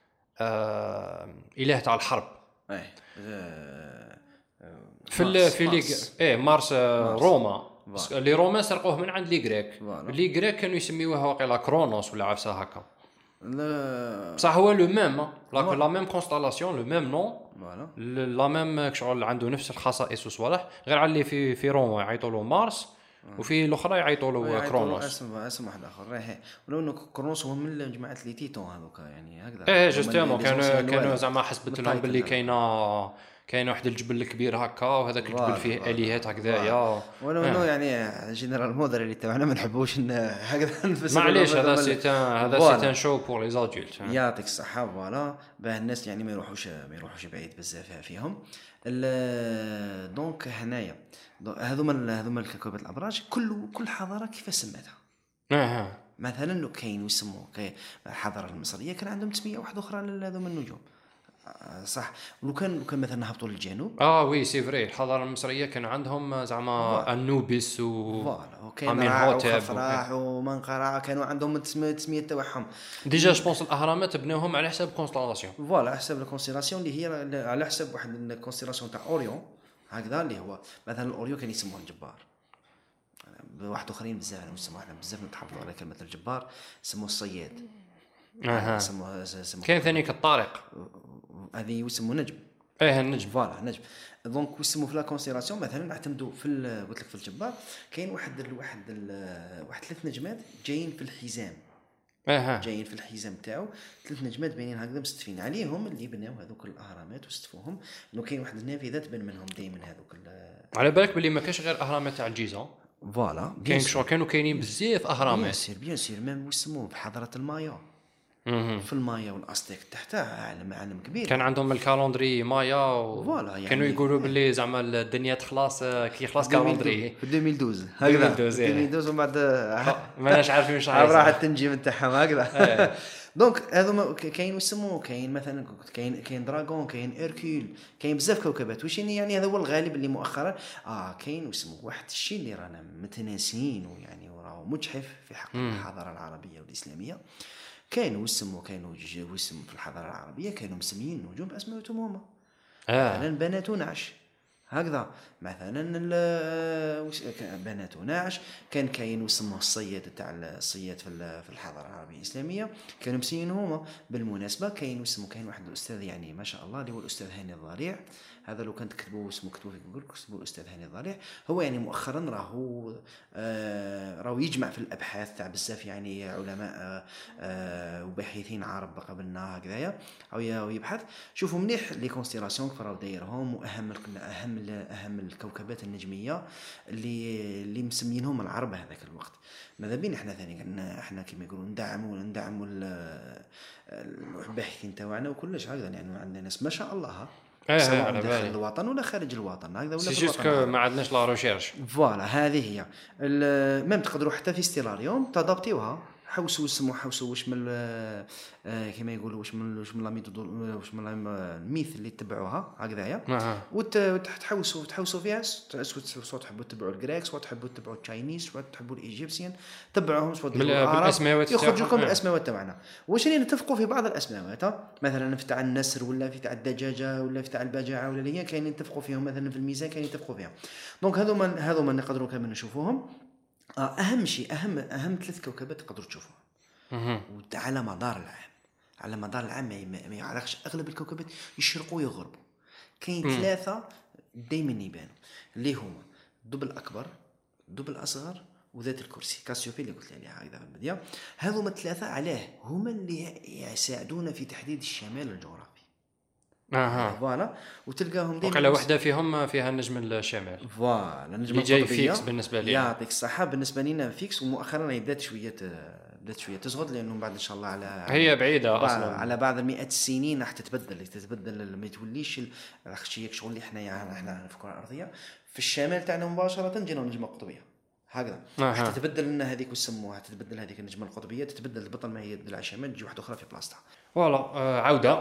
آه اله تاع الحرب اي في في لي ايه مارس, مارس. روما لي رومان سرقوه من عند لي غريك لي غريك كانوا يسميوها واقيلا كرونوس ولا عفسه هكا لا صح هو لو ميم لا ميم كونستالاسيون لو ميم نون فوالا لا ميم شغل عنده نفس الخصائص وصوالح غير على اللي في في روما يعيطوا له مارس وفي الاخرى يعيطوا له كرونوس اسم اسم واحد اخر راهي ولو انه كرونوس هو من جماعه لي تيتون هذوك يعني هكذا ايه جوستومون كانوا كانوا زعما حسبت لهم باللي كاينه كاين واحد الجبل الكبير هكا وهذاك الجبل فيه اليهات هكذايا ولو انه يعني جنرال مودر اللي تاعنا ما نحبوش هكذا نفسر معليش هذا سيتان هذا سيتان شو بور لي زادولت يعطيك الصحه فوالا باه الناس يعني ما يروحوش ما يروحوش بعيد بزاف فيهم دونك هنايا هذوما هذوما الكوكبات الابراج كل كل حضاره كيف سمتها اها مثلا لو كاين ويسموه كاين الحضاره المصريه كان عندهم تسميه واحده اخرى لهذوما النجوم صح. ولو كان لو كان مثلا هبطوا للجنوب اه وي سي فري الحضاره المصريه كان عندهم زعما انوبيس و فوالا وكاين رع وخفراع ومنقرع كانوا عندهم تسميه تاعهم ديجا جو بونس الاهرامات بناوهم على حساب كونستلاسيون فوالا على حساب الكونستلاسيون اللي هي على حساب واحد الكونستلاسيون تاع اوريون هكذا اللي هو مثلا الاوريون كان يسموه الجبار واحد اخرين بزاف يسموه احنا بزاف نتحفظوا على كلمه الجبار يسموه الصياد اها سموه سموه كاين ثاني كالطارق هذه يسموه نجم ايه النجم فوالا نجم دونك يسموه في لا كونسيلاسيون مثلا نعتمدوا في قلت لك في الجبار كاين واحد ال واحد ال واحد ثلاث نجمات جايين في الحزام اها جايين في الحزام تاعو ثلاث نجمات باينين هكذا مستفين عليهم اللي بناو هذوك الاهرامات واستفوهم انه كاين واحد النافذه تبان منهم دائما هذوك. على بالك بلي ما كاش غير اهرامات تاع الجيزه، فوالا كاين شو كانوا كاينين بزاف بيان اهرامات. سير بيان سير ميم يسموه بحضره المايا. مهم. في المايا والاستيك تحتها عالم عالم كبير. كان عندهم الكالندري مايا و... فوالا يعني كانوا يقولوا باللي زعما الدنيا تخلاص كي خلاص كالندري في ألفين واثناش هكذا ألفين واثناش ألفين واثناش ومن بعد ماناش عارفين واش راح راح التنجيم نتاعهم هكذا. دونك هذوما كاين يسموه كاين مثلا كاين كاين دراغون كاين ايركول كاين بزاف كوكبات. واش يعني هذا هو الغالب اللي مؤخرا اه كاين يسموه واحد الشيء اللي رانا متناسين ويعني وراه مجحف في حق الحضاره العربيه والاسلاميه. كانوا يسموا كانوا يسموا في الحضاره العربيه كانوا مسميين النجوم باسمائهم هما. آه. مثلا بنات نعش هكذا مثلا بنات نعش. كان كاين يسموه الصياد تاع الصياد في في الحضاره العربيه الاسلاميه كانوا مسميين هما. بالمناسبه كاين يسمو كاين واحد الاستاذ يعني ما شاء الله اللي هو الاستاذ هاني الضريع. هذا لو كان تكتبوا اسمه كتبوا في جوجل كتبوا الاستاذ هاني الضريع. هو يعني مؤخرا راهو آه راهو يجمع في الابحاث تاع بزاف يعني علماء آه آه وباحثين عرب قبلنا هكذايا او يبحث. شوفوا مليح لي كونستيلاسيون كيف راهو دايرهم واهم اهم اهم الكوكبات النجميه اللي اللي مسمينهم العرب هذاك الوقت. ماذا بينا احنا ثاني احنا كما يقولوا ندعموا ندعموا الباحثين تاعنا وكلش هكذا لانه يعني عندنا ناس ما شاء الله سواء داخل الوطن ولا خارج الوطن هكذا ولا في الوطن ما عندناش لا ريشيرش. فوالا هذه هي ميم تقدروا حتى في ستيلاريوم تادابتيوها حوسوا اسمو حوسوا واش من آه كما يقولوا واش من واش من لا ميثود واش من الميث اللي تبعوها هكذايا آه. وتحوسوا تحوسوا فيها سواء تحبوا تتبعوا الجريك سواء تحبوا تتبعوا التشاينيز سواء تحبوا الايجيبسيان تبعوهم سواء بالاسماء يخرج لكم الاسماء تاعنا. واش اللي نتفقوا في بعض الاسماء مثلا في تاع النسر ولا في تاع الدجاجه ولا في تاع البجاعه ولا اللي هي كاينين نتفقوا فيهم مثلا في الميزان كاينين نتفقوا فيها. دونك هذوما هذوما نقدروا كمان نشوفوهم. اهم شيء اهم اهم ثلاث كوكبات تقدروا تشوفوها على مدار العام. على مدار العام ما يعرفش اغلب الكوكبات يشرقوا ويغربوا. كاين ثلاثه دائما يبانوا اللي هما الدب الاكبر الدب الاصغر وذات الكرسي كاسيوبي اللي قلت عليها هكذا في البدايه. هذوما الثلاثه علاه هما اللي يساعدونا في تحديد الشمال الجغرافي. اها فوالا وتلقاهم دائما وقال وحده فيهم فيها النجم الشمال فوالا النجم اللي جاي فيكس بالنسبه لي. يعطيك الصحه بالنسبه لنا فيكس. ومؤخرا بدات شويه بدات شويه تصغر لانه بعد ان شاء الله على هي بعيده اصلا على بعض المئات السنين راح تتبدل تتبدل ما توليش الشيء شغل اللي احنا احنا في الكره الارضيه في الشمال تاعنا مباشره تجينا النجمه القطبيه هكذا راح تتبدل لنا هذيك وسموها تتبدل هذيك النجمه القطبيه تتبدل البطل ما هي تدل شمال تجي واحده اخرى في بلاصتها. فوالا آه عوده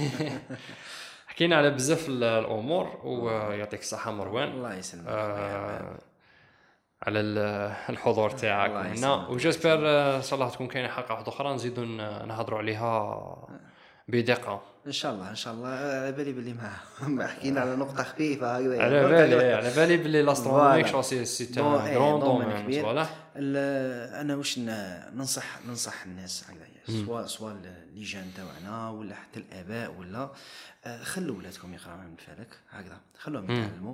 حكينا على بزاف الامور ويعطيك الصحه مروان. الله يسلمك. آه على الحضور تاعك هنا وجسبر ان شاء الله تكون كاينه حلقه واحده اخرى نزيدوا نهضروا عليها بدقه ان شاء الله ان شاء الله. على بالي بلي ما حكينا على نقطه خفيفه هكذا على بالي على بالي بلي لاسترونومي شو سي سي ان غران دومين كبير. انا واش ننصح ننصح الناس هكذا سواء سواء لي جان تاعنا ولا حتى الاباء ولا خلوا ولادكم يقراو من الفلك هكذا خلوهم يتعلموا.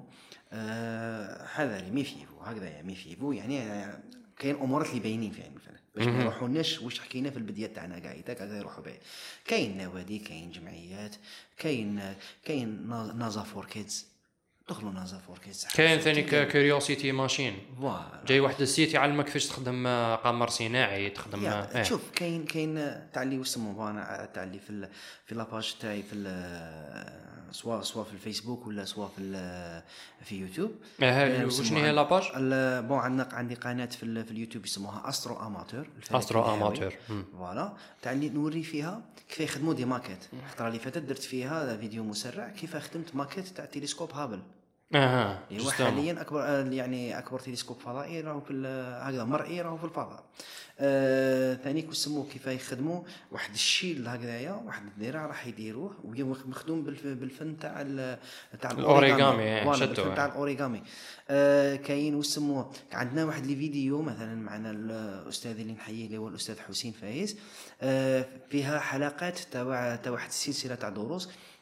حذري ميفيفو هكذا ميفيفو يعني كاين امورات اللي باينين في علم الفلك باش ما يروحوناش واش حكينا في البدايه تاعنا كاع هكذا يروحوا بعيد. كاين نوادي كاين جمعيات كاين كاين نازا فور كيدز دخلوا نازا فور كيدز. كاين ثاني كيوريوسيتي ماشين جاي واحد السيت يعلمك كيفاش تخدم قمر صناعي تخدم اه. شوف كاين كاين تاع اللي يسموه انا تاع اللي في في لاباج تاعي في سواء سواء في الفيسبوك ولا سواء في في يوتيوب. اه وشنو هي لاباج؟ بون عندنا عندي قناه في في اليوتيوب يسموها استرو اماتور. استرو اماتور فوالا تاع اللي نوري فيها كيف يخدموا دي ماكيت. الخطره اللي فاتت درت فيها فيديو مسرع كيف خدمت ماكيت تاع تلسكوب هابل. اها هو حاليا اكبر يعني اكبر تلسكوب فضائي راهو في هكذا مرئي راهو في الفضاء. آه ثاني كيسموه كيف يخدموا واحد الشيل هكذايا واحد الذراع راح يديروه وهو مخدوم بالفن تاع تاع الاوريغامي شتو تاع الاوريغامي. آه كاين وسموه عندنا واحد لي فيديو مثلا معنا الاستاذ اللي نحييه اللي هو الاستاذ حسين فايز. آه فيها حلقات تاع تاع واحد السلسله تاع دروس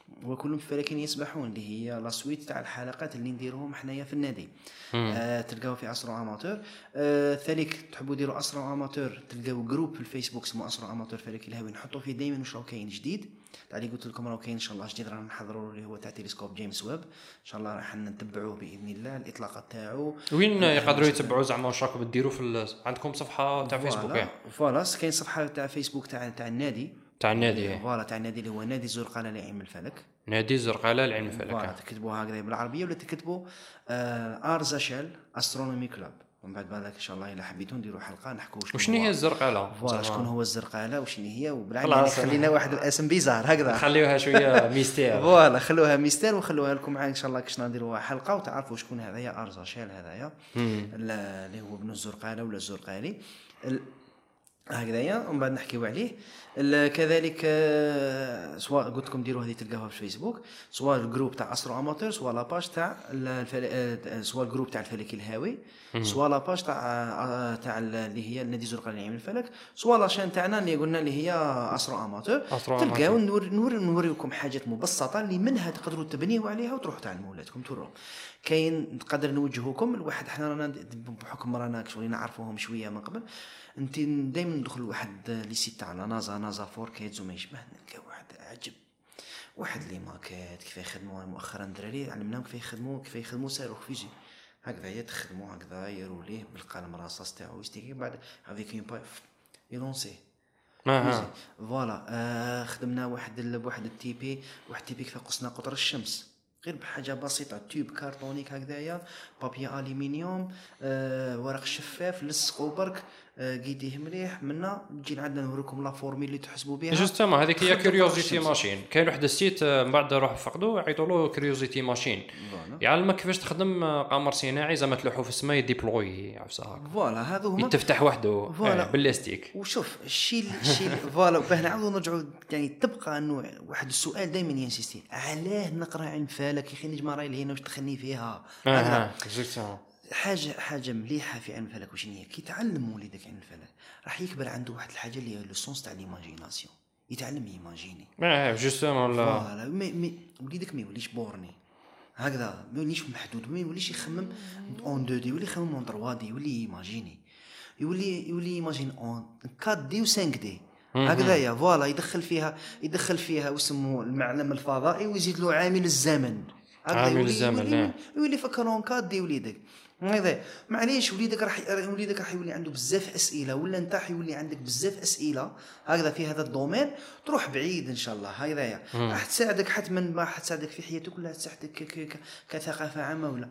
وكلهم فلكين يسبحون، اللي هي لا سويت تاع الحلقات اللي نديروهم حنايا في النادي. آه تلقاو في اسرو اماتور. آه ثالث تحبوا ديروا اسرو اماتور، تلقاو جروب في الفيسبوك اسمه اسرو اماتور فلك الهاوي، نحطوا فيه دائما واش راه كاين جديد. تاع اللي قلت لكم راه كاين ان شاء الله جديد، رانا نحضروا اللي هو تاع تلسكوب جيمس ويب، ان شاء الله راح نتبعوه باذن الله الاطلاقات تاعو. وين يقدروا يتبعوا زعما واش راكم ديروا في عندكم صفحه تاع فيسبوك؟ فوالا فوالا كاين صفحه تاع فيسبوك تاع تاع النادي تاع النادي فوالا تاع النادي اللي هو نادي الزرقاء لعلم الفلك. نادي الزرقاء لعلم الفلك فوالا تكتبوا هكذا بالعربيه ولا تكتبوا آه ارزاشيل استرونومي كلوب. ومن بعد بالك ان شاء الله الا حبيتوا نديروا حلقه نحكوا وشنو هي الزرقاء لا فوالا شكون هو الزرقاء لا وشنو هي، وبالعكس خلينا واحد الاسم بيزار هكذا نخليوها شويه ميستير. فوالا خلوها ميستير وخلوها لكم ان شاء الله كاش نديروا حلقه وتعرفوا شكون هذايا ارزاشيل هذايا اللي هو ابن الزرقاء ولا الزرقالي هكذايا. ومن بعد نحكيو عليه. كذلك سواء قلت لكم ديروا هذه تلقاوها في الفيسبوك، سواء الجروب تاع اسرو اماتور، سواء لاباج تاع سواء الجروب تاع الفلك الهاوي، سواء لاباج تاع تاع اللي هي النادي الزرقاء لعلم الفلك، سواء لاشين تاعنا اللي قلنا اللي هي اسرو اماتور. تلقاو نور نور نوريكم حاجات مبسطه اللي منها تقدروا تبنيوا عليها وتروحوا تعلموا ولادكم تورو. كاين نقدر نوجهوكم الواحد، احنا رانا بحكم رانا شغل نعرفوهم شويه من قبل، انت دائما ندخل واحد لي سيت تاع لا نازا نازا فور كيدز وما يشبه، نلقى واحد عجب واحد لي ماكيت كيف يخدموا مؤخرا دراري علمناهم كيف يخدموا كيف يخدموا صاروخ فيزي هكذا يتخدموا هكذا يروا ليه بالقلم الرصاص تاعو يستيقي بعد افيك اون باي يلونسي اها فوالا. آه خدمنا واحد بواحد التيبي واحد تيبي كيف قصنا قطر الشمس غير بحاجه بسيطه، تيوب كارطونيك هكذايا، بابي الومنيوم، آه ورق شفاف لصقوا برك، آه قيديه مليح منا نجي عندنا نوريكم لا فورمي اللي تحسبوا بها جوستومون. هذيك هي كيوريوزيتي ماشين. كاين واحد السيت من بعد روح فقدوا عيطوا له كيوريوزيتي ماشين، يعلمك كيفاش تخدم قمر صناعي زعما تلوحوا في السماء يديبلوي عفسه هكا. فوالا هذو هما يتفتح وحده آه باللاستيك. وشوف الشيء الشيء فوالا باه نعاودوا نرجعوا يعني تبقى انه واحد السؤال دائما ينسيستي، علاه نقرا عن فلك يا اخي نجم راي هنا واش تخني فيها اه جوستومون. حاجه حاجه مليحه في علم الفلك وشنو هي كي تعلم وليدك علم الفلك راح يكبر عنده واحد الحاجه اللي هي لو سونس تاع ليماجيناسيون، يتعلم يماجيني اه جوستومون. فوالا مي وليدك ما يوليش بورني هكذا، ما يوليش محدود، ما يوليش يخمم اون دو دي، يولي يخمم اون تروا دي، يولي يماجيني، يولي يولي يماجين اون أربعة دي و خمسة دي هكذايا. فوالا يدخل فيها يدخل فيها واسمه المعلم الفضائي ويزيد له عامل الزمن، عامل الزمن يولي يفكرون كاد دي وليدك هذا. معليش وليدك راح وليدك راح يولي عنده بزاف اسئله، ولا انت حيولي عندك بزاف اسئله هكذا في هذا الدومين، تروح بعيد ان شاء الله هكذايا راح تساعدك حتما، راح تساعدك في حياتك ولا تساعدك كثقافه عامه. ولا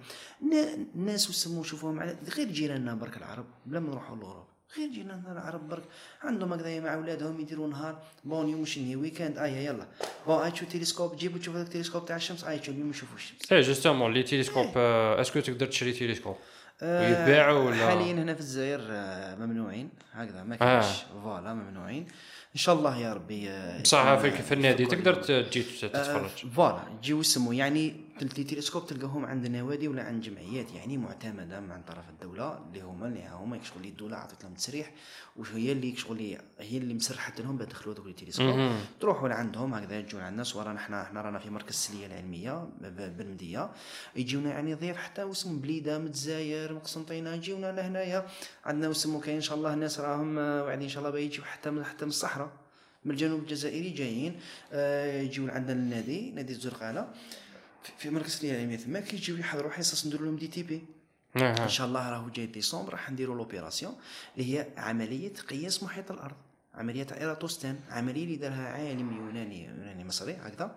الناس وسموا شوفوهم على غير جيراننا برك العرب بلا ما نروحوا للغرب، غير جيراننا العرب برك عندهم هكذايا مع اولادهم يديروا نهار بون يوم شنو ويكاند ايا يلا بون ايتشو تيليسكوب جيبوا تشوفوا هذاك التلسكوب تاع الشمس ايتشو اليوم نشوفوا الشمس. اي جوستومون لي تيليسكوب اسكو تقدر تشري تيليسكوب ويتباعوا ولا حاليا هنا في الجزائر ممنوعين هكذا ما كاينش. فوالا ممنوعين ان شاء الله يا ربي. بصح في, في النادي تقدر تجي تتفرج. فوالا تجي وسموا يعني التلسكوب تلقاهم عند نوادي ولا عند جمعيات يعني معتمده من طرف الدوله اللي هما اللي هما شغل الدوله عطت لهم تصريح وهي اللي شغل هي اللي مسرحت لهم بدخلوا ذوك التلسكوب. تروحوا لعندهم هكذا يجوا عندنا ورانا احنا احنا رانا في مركز السليه العلميه بالمديه، يجيونا يعني ضيف حتى وسم بليده من الجزائر من قسنطينه يجيونا لهنايا عندنا وسموا كاين ان شاء الله ناس راهم واعدين ان شاء الله بيجيو حتى من حتى من الصحراء من الجنوب الجزائري جايين آه يجيو عندنا النادي نادي الزرقاء في مركز السليه العلميه ثم كيجيو يحضروا حصص نديروا لهم دي تي بي ان شاء الله. راهو جاي ديسمبر راح نديروا لوبيراسيون اللي هي عمليه قياس محيط الارض، عمليه ايراتوستان، عمليه اللي دارها عالم يوناني يوناني مصري هكذا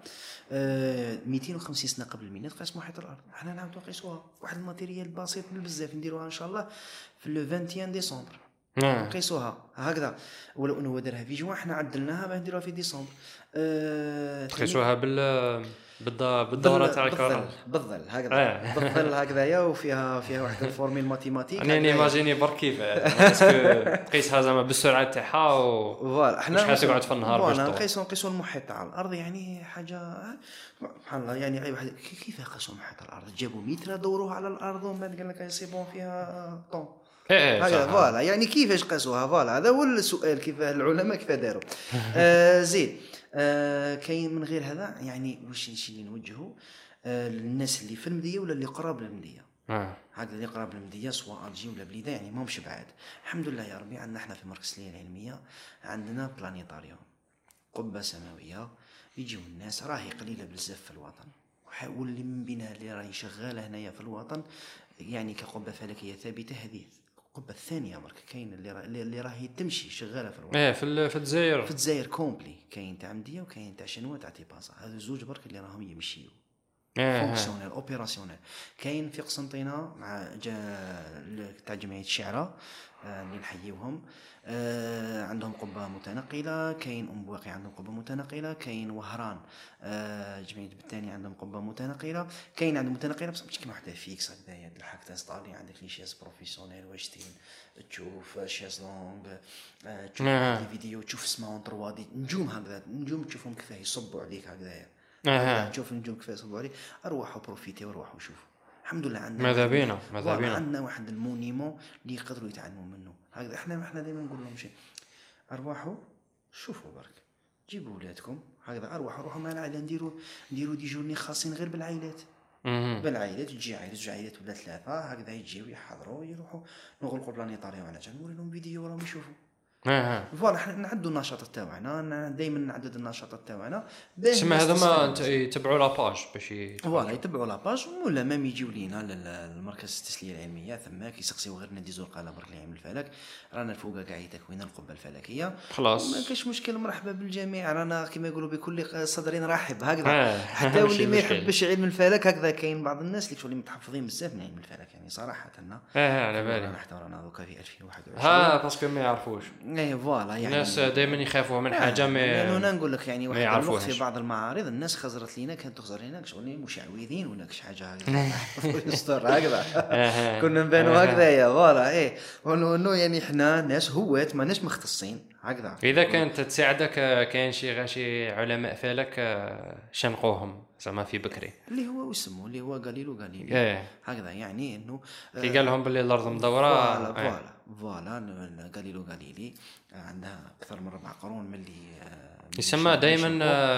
آه مئتين وخمسين سنه قبل الميلاد قياس محيط الارض. حنا نعاودوا نقيسوها واحد الماتيريال بسيط بزاف نديروها ان شاء الله في لو واحد وعشرين ديسمبر نقيسوها هكذا، ولو انه دارها في جوان حنا عدلناها باه نديروها في ديسمبر أه تقيسوها بال بالدوره تاع الكره بالظل هكذا بالظل هكذايا وفيها فيها واحد الفورميل ماتيماتيك انا نيماجيني برك كيف اسكو تقيسها زعما بالسرعه تاعها و فوالا حنا شحال تقعد في النهار باش نقيسوا نقيسوا المحيط تاع الارض يعني حاجه سبحان الله يعني اي واحد كيف قاسوا محيط الارض جابوا متر دوروه على الارض ومن بعد قال لك سي بون فيها طون ايه هكذا فوالا. يعني كيفاش قاسوها فوالا، هذا هو السؤال، كيف العلماء كيف داروا. آه زيد آه كاين من غير هذا يعني واش نشي نوجهوا آه للناس اللي في المديه ولا اللي قراب للمديه. اه هكذا اللي قراب للمديه سواء الجي ولا بليده يعني ماهمش بعاد. الحمد لله يا ربي عندنا احنا في مركز التسليه العلميه عندنا بلانيتاريوم، قبه سماويه، يجيو الناس راهي قليله بزاف في الوطن، واللي من بينها اللي راهي شغاله هنايا في الوطن يعني كقبه فلكيه ثابته. هذه القبه الثانيه برك كاين اللي راه اللي راهي تمشي شغاله في الوطن. ايه في في الجزائر في الجزائر كومبلي كاين تاع مديه وكاين تاع شنوا تاع تيبازا، هذو زوج برك اللي راهم يمشيو فونكسيونيل اوبيراسيونيل. كاين في قسنطينه مع تاع جمعيه الشعراء اللي نحييوهم آه عندهم قبه متنقله. كاين ام بواقي عندهم قبه متنقله. كاين وهران آه جمعيه بالثاني عندهم قبه متنقله. كاين عندهم متنقله بصح مش كيما وحده فيكس هكذايا الحق تنسطالي عندك لي شيز بروفيسيونيل واش تين تشوف شيز لونغ آه تشوف آه. دي فيديو تشوف سماون ثري دي نجوم هكذا نجوم تشوفهم كيفاه يصبوا عليك هكذايا آه. تشوف النجوم كيفاه يصبوا عليك. اروحوا بروفيتي وروحوا شوفوا. الحمد لله عندنا ماذا بينا ماذا بينا عندنا واحد المونيمون اللي يقدروا يتعلموا منه هكذا. احنا احنا دائما نقول لهم شيء، ارواحوا شوفوا برك جيبوا ولادكم هكذا، ارواحوا روحوا مع العائله نديروا نديروا دي جورني خاصين غير بالعائلات. بالعائلات تجي عائله جوج عائلات ولا ثلاثه هكذا يجيو يحضروا يروحوا نغلقوا بلانيطاريوم على جنب نوري لهم فيديو راهم يشوفوا. اها فوالا حنا نعدوا النشاطات تاعنا دائما نعدد النشاطات تاعنا. تسمى هذا ما يتبعوا لاباج باش فوالا يتبعوا لاباج ولا مام يجيو لينا للمركز التسليه العلميه ثم كيسقسيو غير نادي زرقاء برك اللي يعمل الفلك رانا الفوقه كاع تكوين القبه الفلكيه خلاص ما كاش مشكل. مرحبا بالجميع رانا كما يقولوا بكل صدر رحب هكذا. حتى واللي ما يحبش علم الفلك هكذا كاين بعض الناس اللي اللي متحفظين بزاف من علم الفلك يعني صراحه لنا اه على بالي رانا حتى رانا دوكا في ألفين وواحد وعشرين ها باسكو ما يعرفوش اي فوالا يعني الناس دائما يخافوا من حاجه ما يعني انا نقول لك يعني واحد الوقت في بعض المعارض الناس خزرت لينا كانت تخزر لينا شغل مشعوذين ولا كش حاجه هكذا يستر هكذا كنا نبانوا هكذايا فوالا ايه انه يعني احنا ناس هوات ماناش مختصين هكذا. اذا كانت تساعدك كاين شي غاشي علماء فلك شنقوهم زعما في بكري اللي هو واسمه اللي هو غاليلو غاليلي ايه. هكذا يعني انه كي قال لهم باللي الارض مدوره فوالا فوالا فوالا غاليلو غاليلي عندها اكثر من ربع قرون من اللي يسمى دائما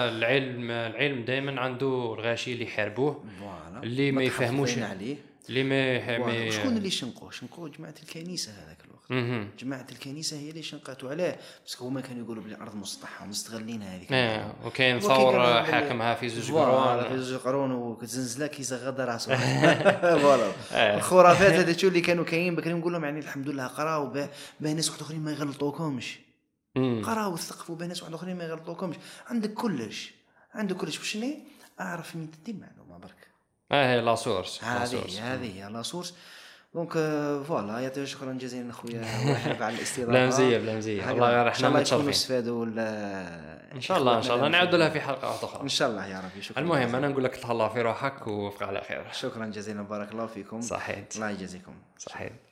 العلم العلم دائما عنده الغاشي اللي يحاربوه اللي ما يفهموش عليه اللي ما شكون اللي شنقوه شنقوه جماعه الكنيسه هذاك الوقت. جماعه الكنيسه هي اللي شنقاتوا عليه باسكو هما كانوا يقولوا بلي الارض مسطحه ومستغلين هذيك اه وكاين ثور حاكمها في زوج قرون في زوج قرون وزنزله كيزغد راسه فوالا الخرافات هذه اللي كانوا كاين بكري نقول لهم يعني الحمد لله قراو باه ناس واحد اخرين ما يغلطوكمش قراو وثقفوا بين ناس واحد اخرين ما يغلطوكمش. عندك كلش عندك كلش واش ني اعرف من تدي معلومه برك اه هي لا سورس هذه هذه هي لا سورس دونك فوالا يعطيك شكرا جزيلا اخويا واحد على الاستضافه. لا مزيه لا مزيه والله غير احنا متشرفين نستفادوا ان شاء الله ان شاء الله نعاود لها في حلقه اخرى ان شاء الله يا ربي. شكرا. المهم انا نقول لك تهلا في روحك وفق على خير. شكرا جزيلا بارك الله فيكم. صحيت الله يجازيكم. صحيت.